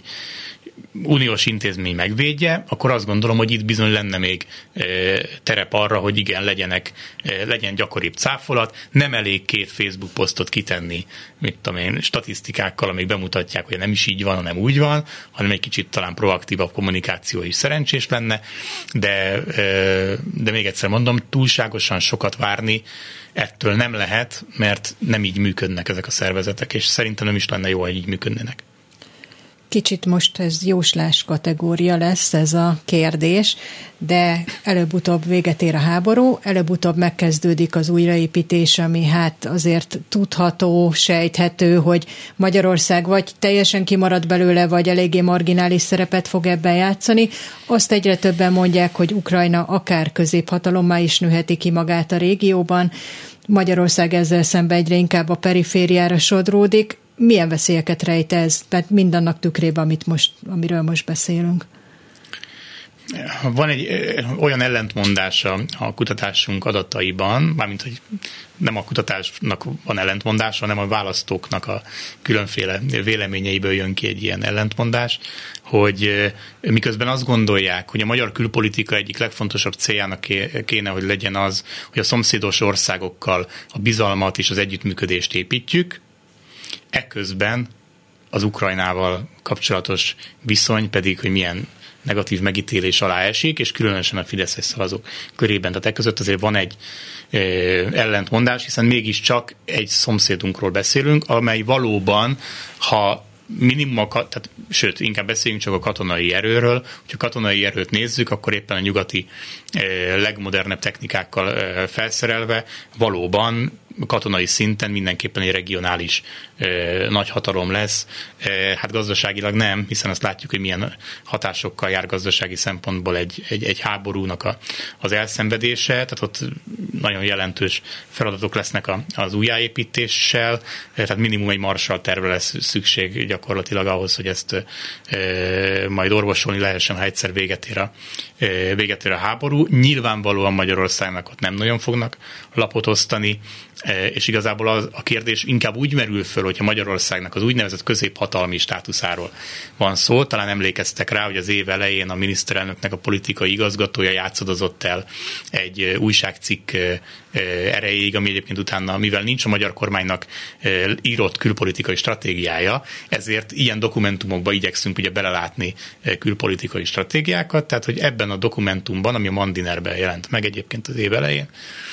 uniós intézmény megvédje, akkor azt gondolom, hogy itt bizony lenne még terep arra, hogy igen, legyenek, legyen gyakoribb cáfolat, nem elég két Facebook posztot kitenni, mit tudom én, statisztikákkal, amik bemutatják, hogy nem is így van, hanem úgy van, hanem egy kicsit talán proaktívabb kommunikáció is szerencsés lenne, de, de még egyszer mondom, túlságosan sokat várni ettől nem lehet, mert nem így működnek ezek a szervezetek, és szerintem nem is lenne jó, hogy így működnének. Kicsit most ez jóslás kategória lesz ez a kérdés, de előbb-utóbb véget ér a háború, előbb-utóbb megkezdődik az újraépítés, ami hát azért tudható, sejthető, hogy Magyarország vagy teljesen kimarad belőle, vagy eléggé marginális szerepet fog ebben játszani. Azt egyre többen mondják, hogy Ukrajna akár középhatalommá is nőheti ki magát a régióban. Magyarország ezzel szemben egyre inkább a perifériára sodródik. Milyen veszélyeket rejt ez, mert mindannak tükrében, amit most, amiről most beszélünk? Van egy olyan ellentmondás a kutatásunk adataiban, mármint, hogy nem a kutatásnak van ellentmondása, hanem a választóknak a különféle véleményeiből jön ki egy ilyen ellentmondás, hogy miközben azt gondolják, hogy a magyar külpolitika egyik legfontosabb céljának kéne, hogy legyen az, hogy a szomszédos országokkal a bizalmat és az együttműködést építjük, eközben az Ukrajnával kapcsolatos viszony pedig, hogy milyen negatív megítélés alá esik, és különösen a fideszes szavazók körében. Tehát eközött azért van egy e, ellentmondás, hiszen mégiscsak egy szomszédunkról beszélünk, amely valóban, ha minimum, tehát, sőt, inkább beszéljünk csak a katonai erőről. Hogyha katonai erőt nézzük, akkor éppen a nyugati legmodernebb technikákkal felszerelve valóban katonai szinten mindenképpen egy regionális ö, nagyhatalom lesz. E, hát gazdaságilag nem, hiszen azt látjuk, hogy milyen hatásokkal jár gazdasági szempontból egy, egy, egy háborúnak a, az elszenvedése, tehát ott nagyon jelentős feladatok lesznek a, az újjáépítéssel, tehát minimum egy Marshall tervre lesz szükség gyakorlatilag ahhoz, hogy ezt e, majd orvosolni lehessen, ha egyszer véget ér a, e, véget ér a háború. Nyilvánvalóan Magyarországnak ott nem nagyon fognak lapot osztani, és igazából az, a kérdés inkább úgy merül föl, hogyha Magyarországnak az úgynevezett középhatalmi státuszáról van szó. Talán emlékeztek rá, hogy az év elején a miniszterelnöknek a politikai igazgatója játszadozott el egy újságcikk erejéig, ami egyébként utána, mivel nincs a magyar kormánynak írott külpolitikai stratégiája, ezért ilyen dokumentumokba igyekszünk ugye belelátni külpolitikai stratégiákat, tehát hogy ebben a dokumentumban, ami a Mandinerben jelent meg egyébként az év elején,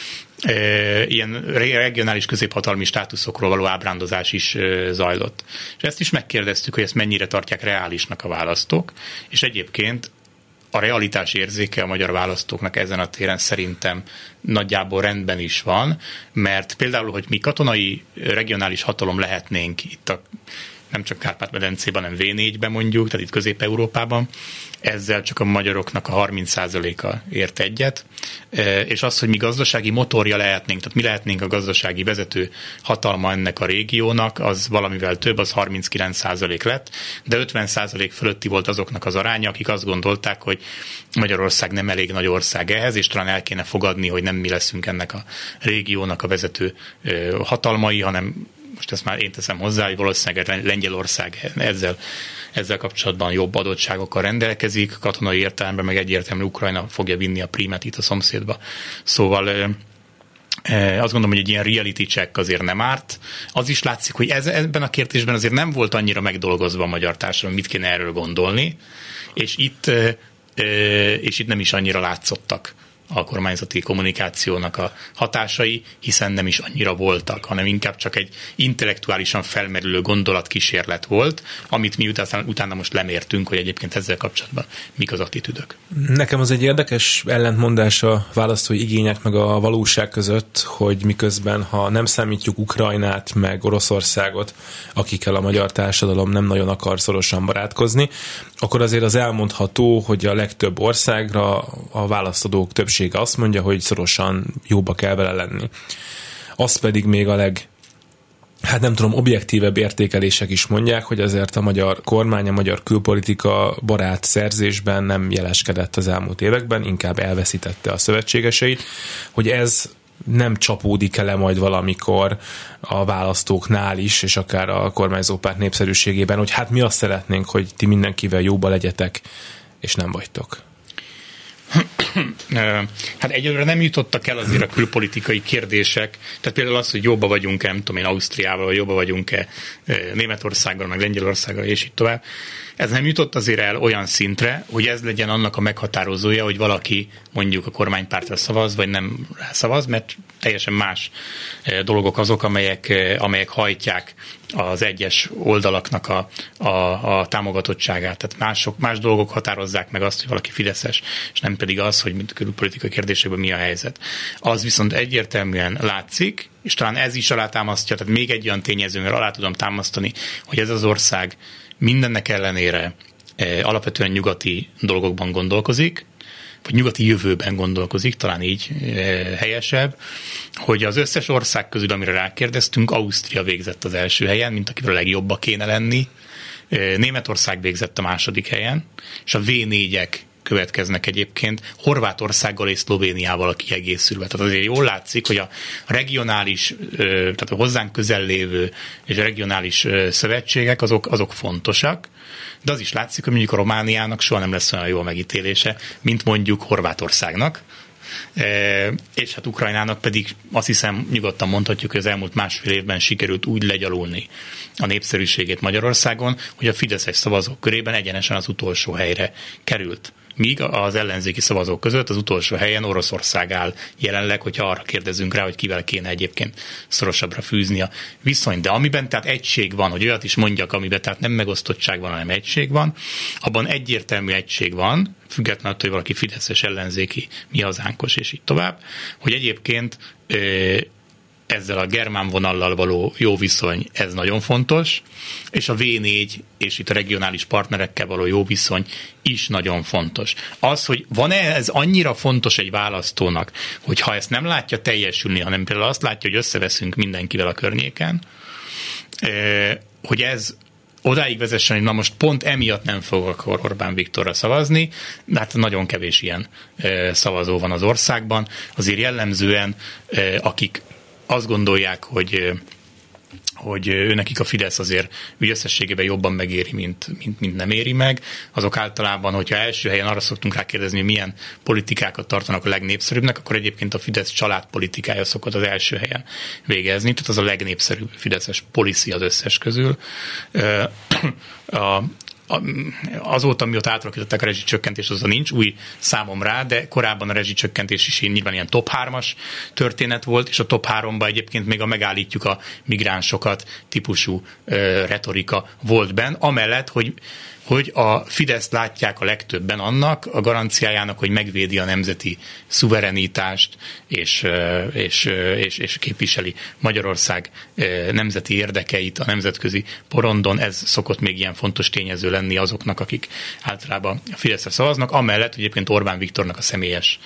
ilyen regionális középhatalmi státuszokról való ábrándozás is zajlott. És ezt is megkérdeztük, hogy ezt mennyire tartják reálisnak a választók, és egyébként a realitás érzéke a magyar választóknak ezen a téren szerintem nagyjából rendben is van, mert például, hogy mi katonai regionális hatalom lehetnénk itt a nem csak Kárpát-medencében, hanem vé négyben mondjuk, tehát itt Közép-Európában, ezzel csak a magyaroknak a harminc százaléka ért egyet, és az, hogy mi gazdasági motorja lehetnénk, tehát mi lehetnénk a gazdasági vezető hatalma ennek a régiónak, az valamivel több, az harminckilenc százalék lett, de ötven százalék fölötti volt azoknak az aránya, akik azt gondolták, hogy Magyarország nem elég nagy ország ehhez, és talán el kéne fogadni, hogy nem mi leszünk ennek a régiónak a vezető hatalmai, hanem most ezt már én teszem hozzá, hogy valószínűleg Lengyelország ezzel, ezzel kapcsolatban jobb adottságokkal rendelkezik, katonai értelemben meg egyértelműen Ukrajna fogja vinni a prímet itt a szomszédba. Szóval azt gondolom, hogy egy ilyen reality check azért nem árt. Az is látszik, hogy ez, ebben a kérdésben azért nem volt annyira megdolgozva a magyar társadalom, mit kéne erről gondolni, és itt, és itt nem is annyira látszottak a kormányzati kommunikációnak a hatásai, hiszen nem is annyira voltak, hanem inkább csak egy intellektuálisan felmerülő gondolatkísérlet volt, amit mi utána, utána most lemértünk, hogy egyébként ezzel kapcsolatban mik az attitűdök. Nekem az egy érdekes ellentmondás a választói igények meg a valóság között, hogy miközben, ha nem számítjuk Ukrajnát meg Oroszországot, akikkel a magyar társadalom nem nagyon akar szorosan barátkozni, akkor azért az elmondható, hogy a legtöbb országra a választadók többsége azt mondja, hogy szorosan jóba kell vele lenni. Az pedig még a leg, hát nem tudom, objektívebb értékelések is mondják, hogy azért a magyar kormány, a magyar külpolitika barát szerzésben nem jeleskedett az elmúlt években, inkább elveszítette a szövetségeseit, hogy ez nem csapódik el majd valamikor a választóknál is, és akár a kormányzópárt népszerűségében, hogy hát mi azt szeretnénk, hogy ti mindenkivel jóba legyetek, és nem vagytok. Hát egyelőre nem jutottak el azért a külpolitikai kérdések, tehát például az, hogy jobba vagyunk-e, nem tudom én, Ausztriával, vagy jobba vagyunk-e Németországgal, meg Lengyelországgal, és így tovább. Ez nem jutott azért el olyan szintre, hogy ez legyen annak a meghatározója, hogy valaki mondjuk a kormánypártra szavaz, vagy nem rá szavaz, mert teljesen más dolgok azok, amelyek, amelyek hajtják az egyes oldalaknak a, a, a támogatottságát. Tehát mások, más dolgok határozzák meg azt, hogy valaki fideszes, és nem pedig az, hogy külpolitikai kérdésekben mi a helyzet. Az viszont egyértelműen látszik, és talán ez is alátámasztja, tehát még egy olyan tényezővel alá tudom támasztani, hogy ez az ország mindennek ellenére eh, alapvetően nyugati dolgokban gondolkozik, vagy nyugati jövőben gondolkozik, talán így eh, helyesebb, hogy az összes ország közül, amire rákérdeztünk, Ausztria végzett az első helyen, mint akivel a legjobbba kéne lenni, eh, Németország végzett a második helyen, és a vé négyek következnek egyébként Horvátországgal és Szlovéniával a kiegészülve. Tehát azért jól látszik, hogy a regionális, tehát a hozzánk közel lévő és a regionális szövetségek azok, azok fontosak, de az is látszik, hogy mondjuk a Romániának soha nem lesz olyan jó a megítélése, mint mondjuk Horvátországnak, és hát Ukrajnának pedig azt hiszem nyugodtan mondhatjuk, hogy az elmúlt másfél évben sikerült úgy legyalulni a népszerűségét Magyarországon, hogy a fideszes szavazók körében egyenesen az utolsó helyre került. Míg az ellenzéki szavazók között az utolsó helyen Oroszország áll jelenleg, hogyha arra kérdezünk rá, hogy kivel kéne egyébként szorosabbra fűzni a viszony. De amiben tehát egység van, hogy olyat is mondjak, amiben tehát nem megosztottság van, hanem egység van, abban egyértelmű egység van, függetlenül attól, hogy valaki fideszes, ellenzéki, mi hazánkos, és így tovább, hogy egyébként ezzel a germán vonallal való jó viszony, ez nagyon fontos, és a vé négy és itt a regionális partnerekkel való jó viszony is nagyon fontos. Az, hogy van-e ez annyira fontos egy választónak, hogy ha ezt nem látja teljesülni, hanem például azt látja, hogy összeveszünk mindenkivel a környéken, hogy ez odáig vezessen, hogy na most pont emiatt nem fogok Orbán Viktorra szavazni, de hát nagyon kevés ilyen szavazó van az országban. Azért jellemzően, akik azt gondolják, hogy, hogy őnekik a Fidesz azért úgy összességében jobban megéri, mint, mint, mint nem éri meg. Azok általában, hogyha első helyen arra szoktunk rá kérdezni, hogy milyen politikákat tartanak a legnépszerűbbnek, akkor egyébként a Fidesz családpolitikája szokott az első helyen végezni, tehát az a legnépszerűbb fideszes policy az összes közül. A, azóta, mióta átalakították a rezsicsökkentést, azon nincs új számom rá, de korábban a rezsicsökkentés is nyilván ilyen top hármas történet volt, és a top háromba egyébként még a megállítjuk a migránsokat típusú ö, retorika volt benn, amellett, hogy hogy a Fideszt látják a legtöbben annak a garanciájának, hogy megvédi a nemzeti szuverenitást, és, és, és, és képviseli Magyarország nemzeti érdekeit a nemzetközi porondon. Ez szokott még ilyen fontos tényező lenni azoknak, akik általában a Fideszre szavaznak, amellett, hogy egyébként Orbán Viktornak a személyes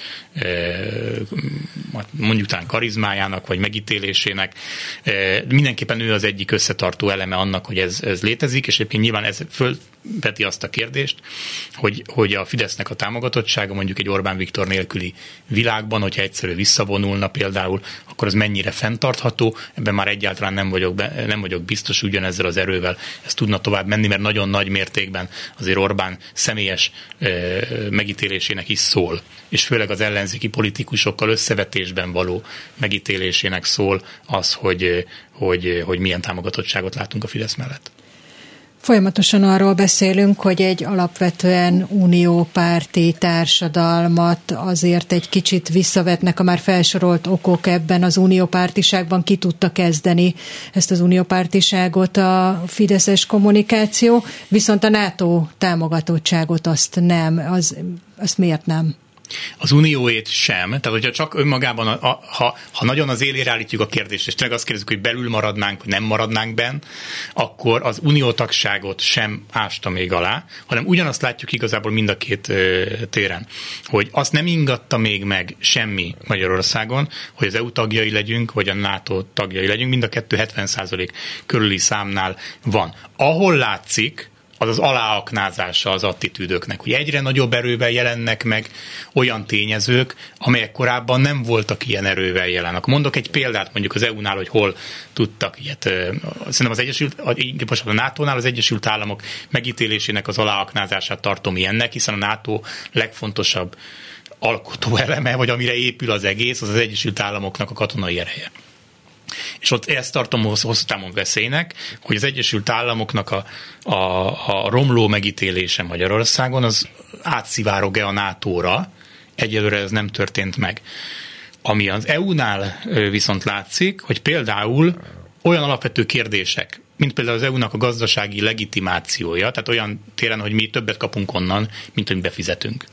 mondjuk talán karizmájának, vagy megítélésének. Mindenképpen ő az egyik összetartó eleme annak, hogy ez, ez létezik, és egyébként nyilván ez föl veti azt a kérdést, hogy, hogy a Fidesznek a támogatottsága mondjuk egy Orbán Viktor nélküli világban, hogyha egyszerű visszavonulna például, akkor az mennyire fenntartható, ebben már egyáltalán nem vagyok, be, nem vagyok biztos, ugyanezzel az erővel ez tudna tovább menni, mert nagyon nagy mértékben azért Orbán személyes e, megítélésének is szól, és főleg az ellenzéki politikusokkal összevetésben való megítélésének szól az, hogy, hogy, hogy milyen támogatottságot látunk a Fidesz mellett. Folyamatosan arról beszélünk, hogy egy alapvetően uniópárti társadalmat azért egy kicsit visszavetnek a már felsorolt okok ebben az uniópártiságban. Ki tudta kezdeni ezt az uniópártiságot a fideszes kommunikáció, viszont a NATO támogatottságot azt nem. Az, azt miért nem? Az unióét sem, tehát hogyha csak önmagában, a, a, ha, ha nagyon az élére állítjuk a kérdést, és tényleg azt kérdezzük, hogy belül maradnánk, vagy nem maradnánk benn, akkor az uniótagságot sem ásta még alá, hanem ugyanazt látjuk igazából mind a két ö, téren, hogy azt nem ingatta még meg semmi Magyarországon, hogy az é u tagjai legyünk, vagy a NATO tagjai legyünk, mind a kettő hetven százalék körüli számnál van. Ahol látszik, az az aláaknázása az attitűdöknek, hogy egyre nagyobb erővel jelennek meg olyan tényezők, amelyek korábban nem voltak ilyen erővel jelen. Akkor mondok egy példát mondjuk az é u-nál, hogy hol tudtak ilyet. Szerintem az Egyesült, a nátónál az Egyesült Államok megítélésének az aláaknázását tartom ilyennek, hiszen a NATO legfontosabb alkotó eleme, vagy amire épül az egész, az az Egyesült Államoknak a katonai ereje. És ott ezt tartom hosszú távon veszélynek, hogy az Egyesült Államoknak a, a, a romló megítélése Magyarországon az átszivárog-e a nátóra, egyelőre ez nem történt meg. Ami az é u-nál viszont látszik, hogy például olyan alapvető kérdések, mint például az é u-nak a gazdasági legitimációja, tehát olyan téren, hogy mi többet kapunk onnan, mint hogy befizetünk.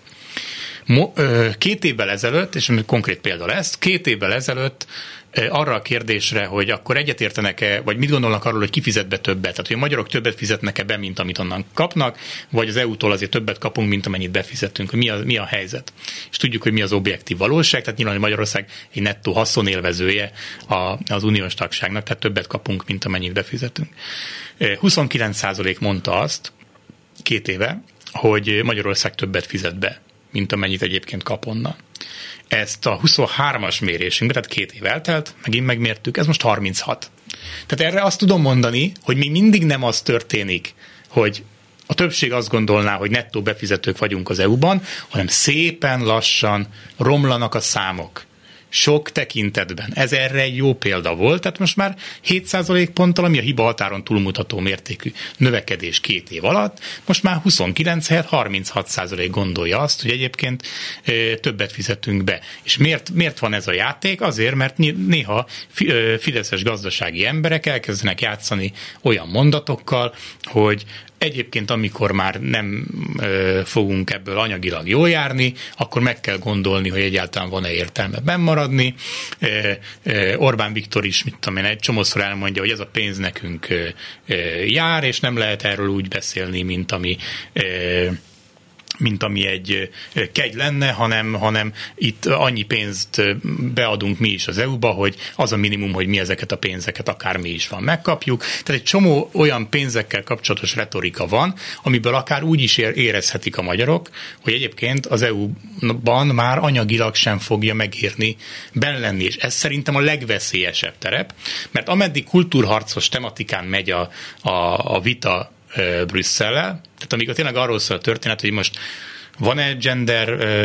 Két évvel ezelőtt, és konkrét példa lesz, két évvel ezelőtt arra a kérdésre, hogy akkor egyetértenek-e, vagy mit gondolnak arról, hogy ki fizet be többet, tehát hogy a magyarok többet fizetnek-e be, mint amit onnan kapnak, vagy az é u-tól azért többet kapunk, mint amennyit befizetünk, hogy mi a, mi a helyzet. És tudjuk, hogy mi az objektív valóság, tehát nyilván, hogy Magyarország egy nettó haszonélvezője az uniós tagságnak, tehát többet kapunk, mint amennyit befizetünk. huszonkilenc százalék mondta azt két éve, hogy Magyarország többet fizet be, mint amennyit egyébként kap onnan. Ezt a huszonhármas mérésünkben, tehát két év eltelt, megint megmértük, ez most harminchat. Tehát erre azt tudom mondani, hogy még mindig nem az történik, hogy a többség azt gondolná, hogy nettó befizetők vagyunk az é u-ban, hanem szépen lassan romlanak a számok. Sok tekintetben. Ez erre egy jó példa volt, tehát most már hét százalékponttal, ami a hiba határon túlmutató mértékű növekedés két év alatt, most már huszonkilenc helyett harminchat százalék gondolja azt, hogy egyébként e, többet fizetünk be. És miért, miért van ez a játék? Azért, mert néha fideszes gazdasági emberek elkezdenek játszani olyan mondatokkal, hogy egyébként, amikor már nem ö, fogunk ebből anyagilag jól járni, akkor meg kell gondolni, hogy egyáltalán van-e értelme bennmaradni. Ö, ö, Orbán Viktor is, mit tudom én, egy csomószor elmondja, hogy ez a pénz nekünk ö, ö, jár, és nem lehet erről úgy beszélni, mint ami... Ö, mint ami egy kegy lenne, hanem, hanem itt annyi pénzt beadunk mi is az é u-ba, hogy az a minimum, hogy mi ezeket a pénzeket akármi is van, megkapjuk. Tehát egy csomó olyan pénzekkel kapcsolatos retorika van, amiből akár úgy is érezhetik a magyarok, hogy egyébként az é u-ban már anyagilag sem fogja megérni benn lenni, és ez szerintem a legveszélyesebb terep, mert ameddig kultúrharcos tematikán megy a, a, a vita Brüsszellel. Tehát amikor tényleg arról szól a történet, hogy most van-e gender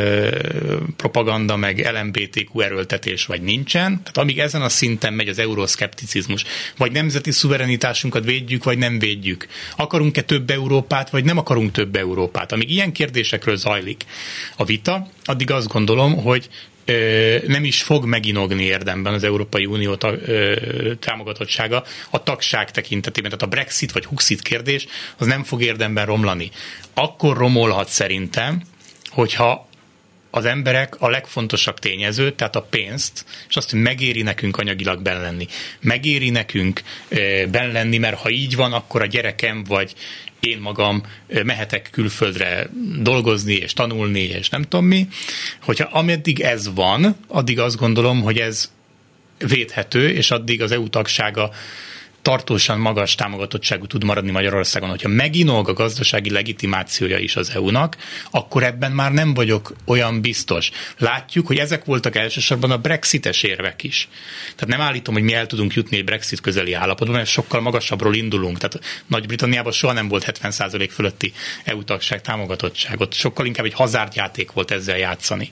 ö, propaganda, meg el em bé té kú erőltetés, vagy nincsen. Tehát amíg ezen a szinten megy az euroszkepticizmus, vagy nemzeti szuverenitásunkat védjük, vagy nem védjük. Akarunk-e több Európát, vagy nem akarunk több Európát. Amíg ilyen kérdésekről zajlik a vita, addig azt gondolom, hogy nem is fog meginogni érdemben az Európai Unió támogatottsága a tagság tekintetében. Tehát a Brexit vagy Huxit kérdés az nem fog érdemben romlani. Akkor romolhat szerintem, hogyha az emberek a legfontosabb tényezőt, tehát a pénzt, és azt, hogy megéri nekünk anyagilag benn lenni. Megéri nekünk benn lenni, mert ha így van, akkor a gyerekem vagy én magam mehetek külföldre dolgozni és tanulni, és nem tudom mi. Hogyha ameddig ez van, addig azt gondolom, hogy ez védhető, és addig az é u tagsága tartósan magas támogatottságú tud maradni Magyarországon. Hogyha meginog a gazdasági legitimációja is az é u-nak, akkor ebben már nem vagyok olyan biztos. Látjuk, hogy ezek voltak elsősorban a brexites érvek is. Tehát nem állítom, hogy mi el tudunk jutni egy Brexit közeli állapotban, mert sokkal magasabbról indulunk. Tehát Nagy-Britanniában soha nem volt hetven százalék fölötti é u tagság támogatottságot. Sokkal inkább egy hazárdjáték volt ezzel játszani.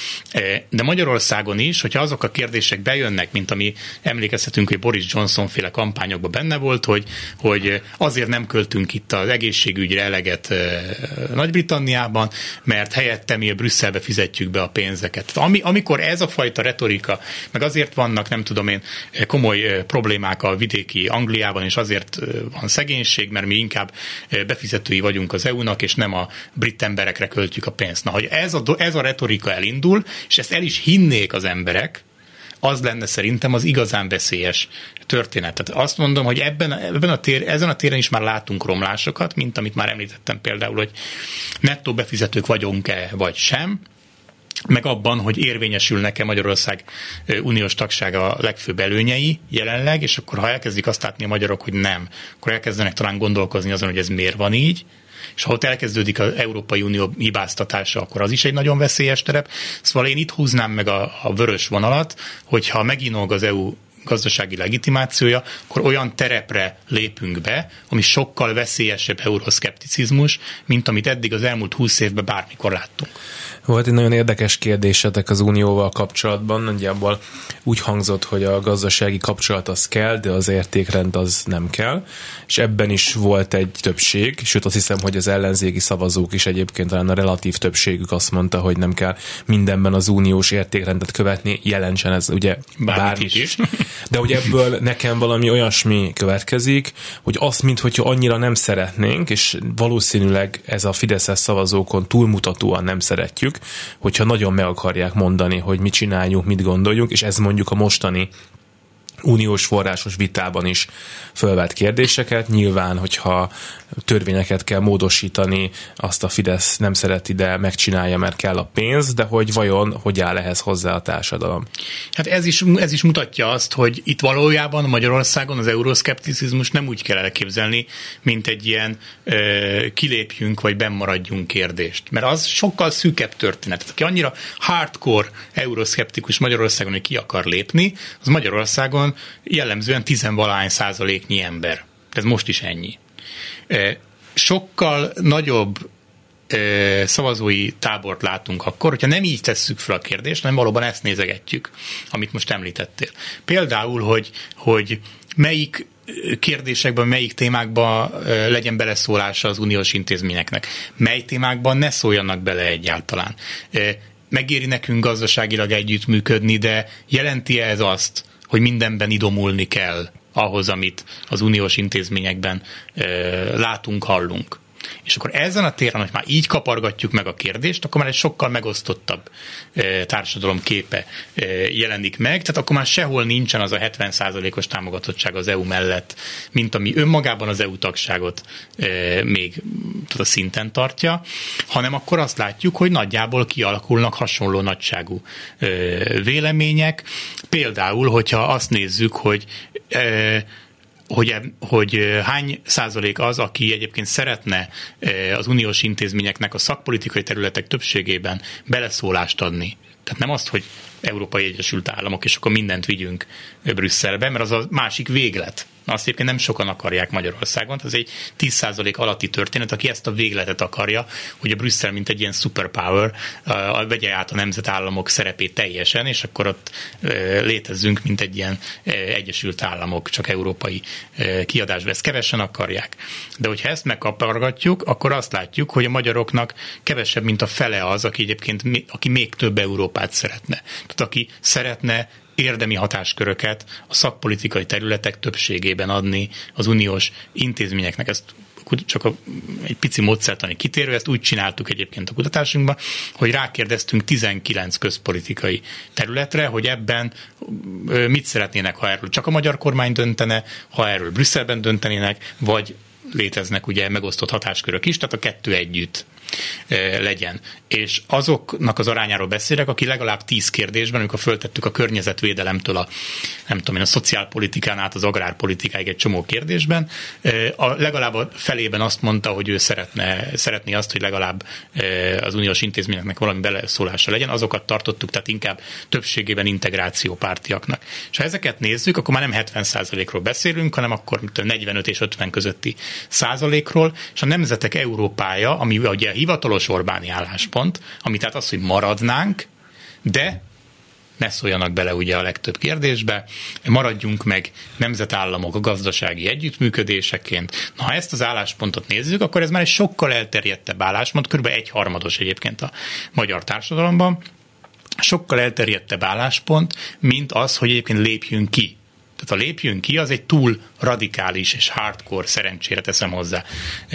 De Magyarországon is, hogyha azok a kérdések bejönnek, mint ami emlékezhetünk, hogy Boris Johnson féle kampányok benne volt, hogy, hogy azért nem költünk itt az egészségügyre eleget Nagy-Britanniában, mert helyette mi a Brüsszelbe fizetjük be a pénzeket. Ami, amikor ez a fajta retorika, meg azért vannak, nem tudom én, komoly problémák a vidéki Angliában, és azért van szegénység, mert mi inkább befizetői vagyunk az é u-nak, és nem a brit emberekre költjük a pénzt. Na, hogy ez a, ez a retorika elindul, és ezt el is hinnék az emberek, az lenne szerintem az igazán veszélyes történet. Tehát azt mondom, hogy ebben, ebben a tér, ezen a téren is már látunk romlásokat, mint amit már említettem például, hogy nettó befizetők vagyunk-e, vagy sem, meg abban, hogy érvényesülnek-e Magyarország uniós tagsága a legfőbb előnyei jelenleg, és akkor ha elkezdik azt látni a magyarok, hogy nem, akkor elkezdenek talán gondolkozni azon, hogy ez miért van így, és ha ott elkezdődik az Európai Unió hibáztatása, akkor az is egy nagyon veszélyes terep. Szóval én itt húznám meg a, a vörös vonalat, hogyha meginog az é u gazdasági legitimációja, akkor olyan terepre lépünk be, ami sokkal veszélyesebb euroszkepticizmus, mint amit eddig az elmúlt húsz évben bármikor láttunk. Volt egy nagyon érdekes kérdésetek az Unióval kapcsolatban, nagyjából úgy hangzott, hogy a gazdasági kapcsolat az kell, de az értékrend az nem kell, és ebben is volt egy többség, sőt azt hiszem, hogy az ellenzéki szavazók is egyébként talán a relatív többségük azt mondta, hogy nem kell mindenben az uniós értékrendet követni, jelentsen ez ugye bármit is. De ugye ebből nekem valami olyasmi következik, hogy azt, minthogyha annyira nem szeretnénk, és valószínűleg ez a fideszes szavazókon túlmutatóan nem szeretjük, hogyha nagyon meg akarják mondani, hogy mit csináljunk, mit gondoljunk, és ez mondjuk a mostani uniós forrásos vitában is fölvett kérdéseket. Nyilván, hogyha törvényeket kell módosítani, azt a Fidesz nem szereti, de megcsinálja, mert kell a pénz, de hogy vajon hogy áll ehhez hozzá a társadalom? Hát ez is, ez is mutatja azt, hogy itt valójában Magyarországon az euroszkepticizmus nem úgy kell elképzelni, mint egy ilyen ö, kilépjünk vagy bennmaradjunk kérdést. Mert az sokkal szűkebb történet. Aki annyira hardcore euroszkeptikus Magyarországon, hogy ki akar lépni, az Magyarországon jellemzően tizenvalahány százaléknyi ember. Ez most is ennyi. sokkal nagyobb szavazói tábort látunk akkor, hogyha nem így tesszük fel a kérdést, hanem valóban ezt nézegetjük, amit most említettél. Például, hogy, hogy melyik kérdésekben, melyik témákban legyen beleszólása az uniós intézményeknek, mely témákban ne szóljanak bele egyáltalán. Megéri nekünk gazdaságilag együttműködni, de jelenti ez azt, hogy mindenben idomulni kell ahhoz, amit az uniós intézményekben látunk, hallunk. És akkor ezen a téren, hogy már így kapargatjuk meg a kérdést, akkor már egy sokkal megosztottabb e, társadalom képe e, jelenik meg, tehát akkor már sehol nincsen az a hetven százalékos támogatottság az é u mellett, mint ami önmagában az é u tagságot e, még a szinten tartja, hanem akkor azt látjuk, hogy nagyjából kialakulnak hasonló nagyságú e, vélemények. Például, hogyha azt nézzük, hogy e, Hogy, hogy hány százalék az, aki egyébként szeretne az uniós intézményeknek a szakpolitikai területek többségében beleszólást adni. Tehát nem azt, hogy Európai Egyesült Államok, és akkor mindent vigyünk Brüsszelbe, mert az a másik véglet. Azt egyébként nem sokan akarják Magyarországon, ez egy tíz százalék alatti történet, aki ezt a végletet akarja, hogy a Brüsszel, mint egy ilyen superpower, uh, vegye át a nemzetállamok szerepét teljesen, és akkor ott uh, létezzünk, mint egy ilyen uh, Egyesült Államok, csak európai uh, kiadásba. Ezt kevesen akarják. De hogyha ezt megkapargatjuk, akkor azt látjuk, hogy a magyaroknak kevesebb, mint a fele az, aki egyébként aki még több Európát szeretne. Tehát aki szeretne érdemi hatásköröket a szakpolitikai területek többségében adni az uniós intézményeknek. Ezt csak a, egy pici módszertani kitérő, ezt úgy csináltuk egyébként a kutatásunkban, hogy rákérdeztünk tizenkilenc közpolitikai területre, hogy ebben mit szeretnének, ha erről csak a magyar kormány döntene, ha erről Brüsszelben döntenének, vagy léteznek ugye megosztott hatáskörök is, tehát a kettő együtt legyen. És azoknak az arányáról beszélek, aki legalább tíz kérdésben, amikor föltettük a környezetvédelemtől a, nem tudom én, a szociálpolitikán át az agrárpolitikáig egy csomó kérdésben, a legalább a felében azt mondta, hogy ő szeretne, szeretné azt, hogy legalább az uniós intézményeknek valami beleszólása legyen, azokat tartottuk, tehát inkább többségében integrációpártiaknak. És ha ezeket nézzük, akkor már nem hetven százalékról beszélünk, hanem akkor negyvenöt és ötven közötti százalékról, és a nemzetek Európája, ami ugye a hivatalos Orbáni álláspont, ami tehát az, hogy maradnánk, de ne szóljanak bele ugye a legtöbb kérdésbe, maradjunk meg nemzetállamok a gazdasági együttműködéseként. Na, ha ezt az álláspontot nézzük, akkor ez már egy sokkal elterjedtebb álláspont, kb. egy harmados egyébként a magyar társadalomban, sokkal elterjedtebb álláspont, mint az, hogy egyébként lépjünk ki. Tehát a lépjünk ki, az egy túl radikális és hardcore, szerencsére teszem hozzá,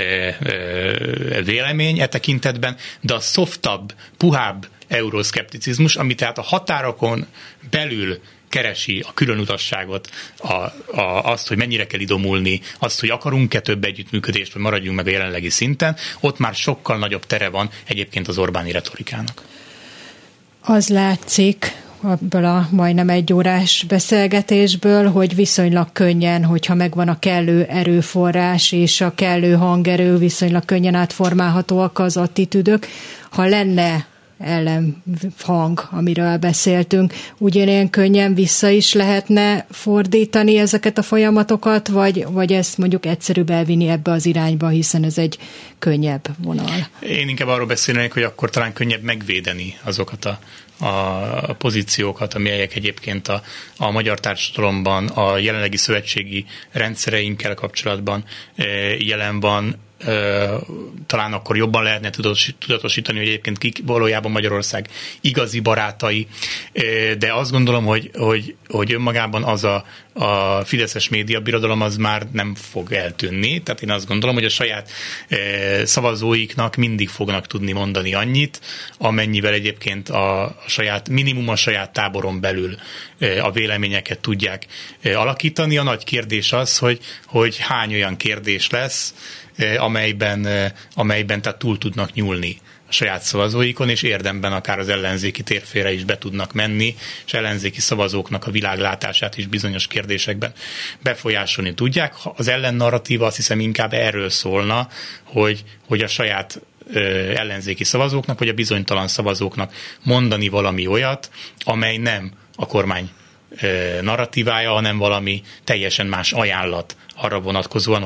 vélemény e tekintetben, de a softabb, puhább euroszkepticizmus, ami tehát a határokon belül keresi a külön utasságot, a, a, azt, hogy mennyire kell idomulni, azt, hogy akarunk-e több együttműködést, vagy maradjunk meg a jelenlegi szinten, ott már sokkal nagyobb tere van egyébként az Orbáni retorikának. Az látszik ebből a majdnem egy órás beszélgetésből, hogy viszonylag könnyen, hogyha megvan a kellő erőforrás és a kellő hangerő, viszonylag könnyen átformálhatóak az attitűdök. Ha lenne ellenhang, amiről beszéltünk, ugyanilyen könnyen vissza is lehetne fordítani ezeket a folyamatokat, vagy, vagy ezt mondjuk egyszerűbb elvinni ebbe az irányba, hiszen ez egy könnyebb vonal. Én inkább arról beszélnék, hogy akkor talán könnyebb megvédeni azokat a a pozíciókat, amelyek egyébként a, a magyar társadalomban, a jelenlegi szövetségi rendszereinkkel kapcsolatban jelen van. Talán akkor jobban lehetne tudatosítani, hogy egyébként kik valójában Magyarország igazi barátai, de azt gondolom, hogy, hogy, hogy önmagában az a, a fideszes média birodalom az már nem fog eltűnni, tehát én azt gondolom, hogy a saját szavazóiknak mindig fognak tudni mondani annyit, amennyivel egyébként a, a saját, minimum a saját táboron belül a véleményeket tudják alakítani. A nagy kérdés az, hogy, hogy hány olyan kérdés lesz, amelyben, amelyben tehát túl tudnak nyúlni a saját szavazóikon, és érdemben akár az ellenzéki térfére is be tudnak menni, és ellenzéki szavazóknak a világlátását is bizonyos kérdésekben befolyásolni tudják. Az ellennarratíva azt hiszem inkább erről szólna, hogy, hogy a saját ellenzéki szavazóknak, vagy a bizonytalan szavazóknak mondani valami olyat, amely nem a kormány narratívája, hanem valami teljesen más ajánlat arra vonatkozóan, hogy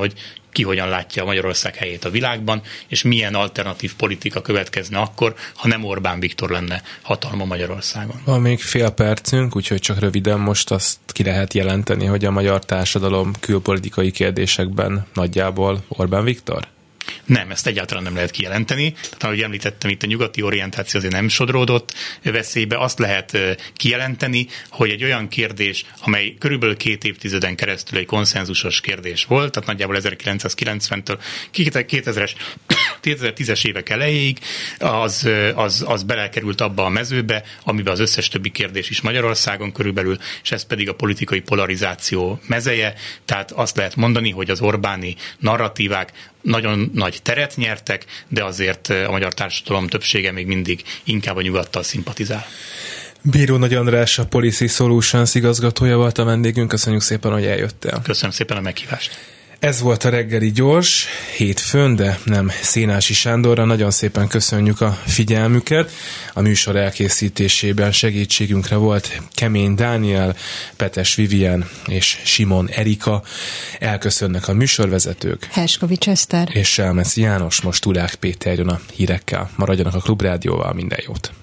ki hogyan látja Magyarország helyét a világban, és milyen alternatív politika következne akkor, ha nem Orbán Viktor lenne hatalma Magyarországon. Van még fél percünk, úgyhogy csak röviden most azt ki lehet jelenteni, hogy a magyar társadalom külpolitikai kérdésekben nagyjából Orbán Viktor? Nem, ezt egyáltalán nem lehet kijelenteni. Tehát, ahogy említettem, itt a nyugati orientáció azért nem sodródott veszélybe. Azt lehet kijelenteni, hogy egy olyan kérdés, amely körülbelül két évtizeden keresztül egy konszenzusos kérdés volt, tehát nagyjából ezerkilencszázkilencventől kétezer-tízes évek elejéig, az, az, az belekerült abba a mezőbe, amiben az összes többi kérdés is Magyarországon körülbelül, és ez pedig a politikai polarizáció mezeje. Tehát azt lehet mondani, hogy az Orbáni narratívák nagyon nagy teret nyertek, de azért a magyar társadalom többsége még mindig inkább a nyugattal szimpatizál. Bíró Nagy András, a Policy Solutions igazgatója volt a vendégünk. Köszönjük szépen, hogy eljöttél. Köszönöm szépen a meghívást. Ez volt a reggeli gyors, hétfőn, de nem Szénási Sándorra. Nagyon szépen köszönjük a figyelmüket. A műsor elkészítésében segítségünkre volt Kemény Dániel, Petes Vivien és Simon Erika. Elköszönnek a műsorvezetők. Herskovics Eszter És Selmeci János. Most Tulák Péter jön a hírekkel. Maradjanak a Klubrádióval, minden jót.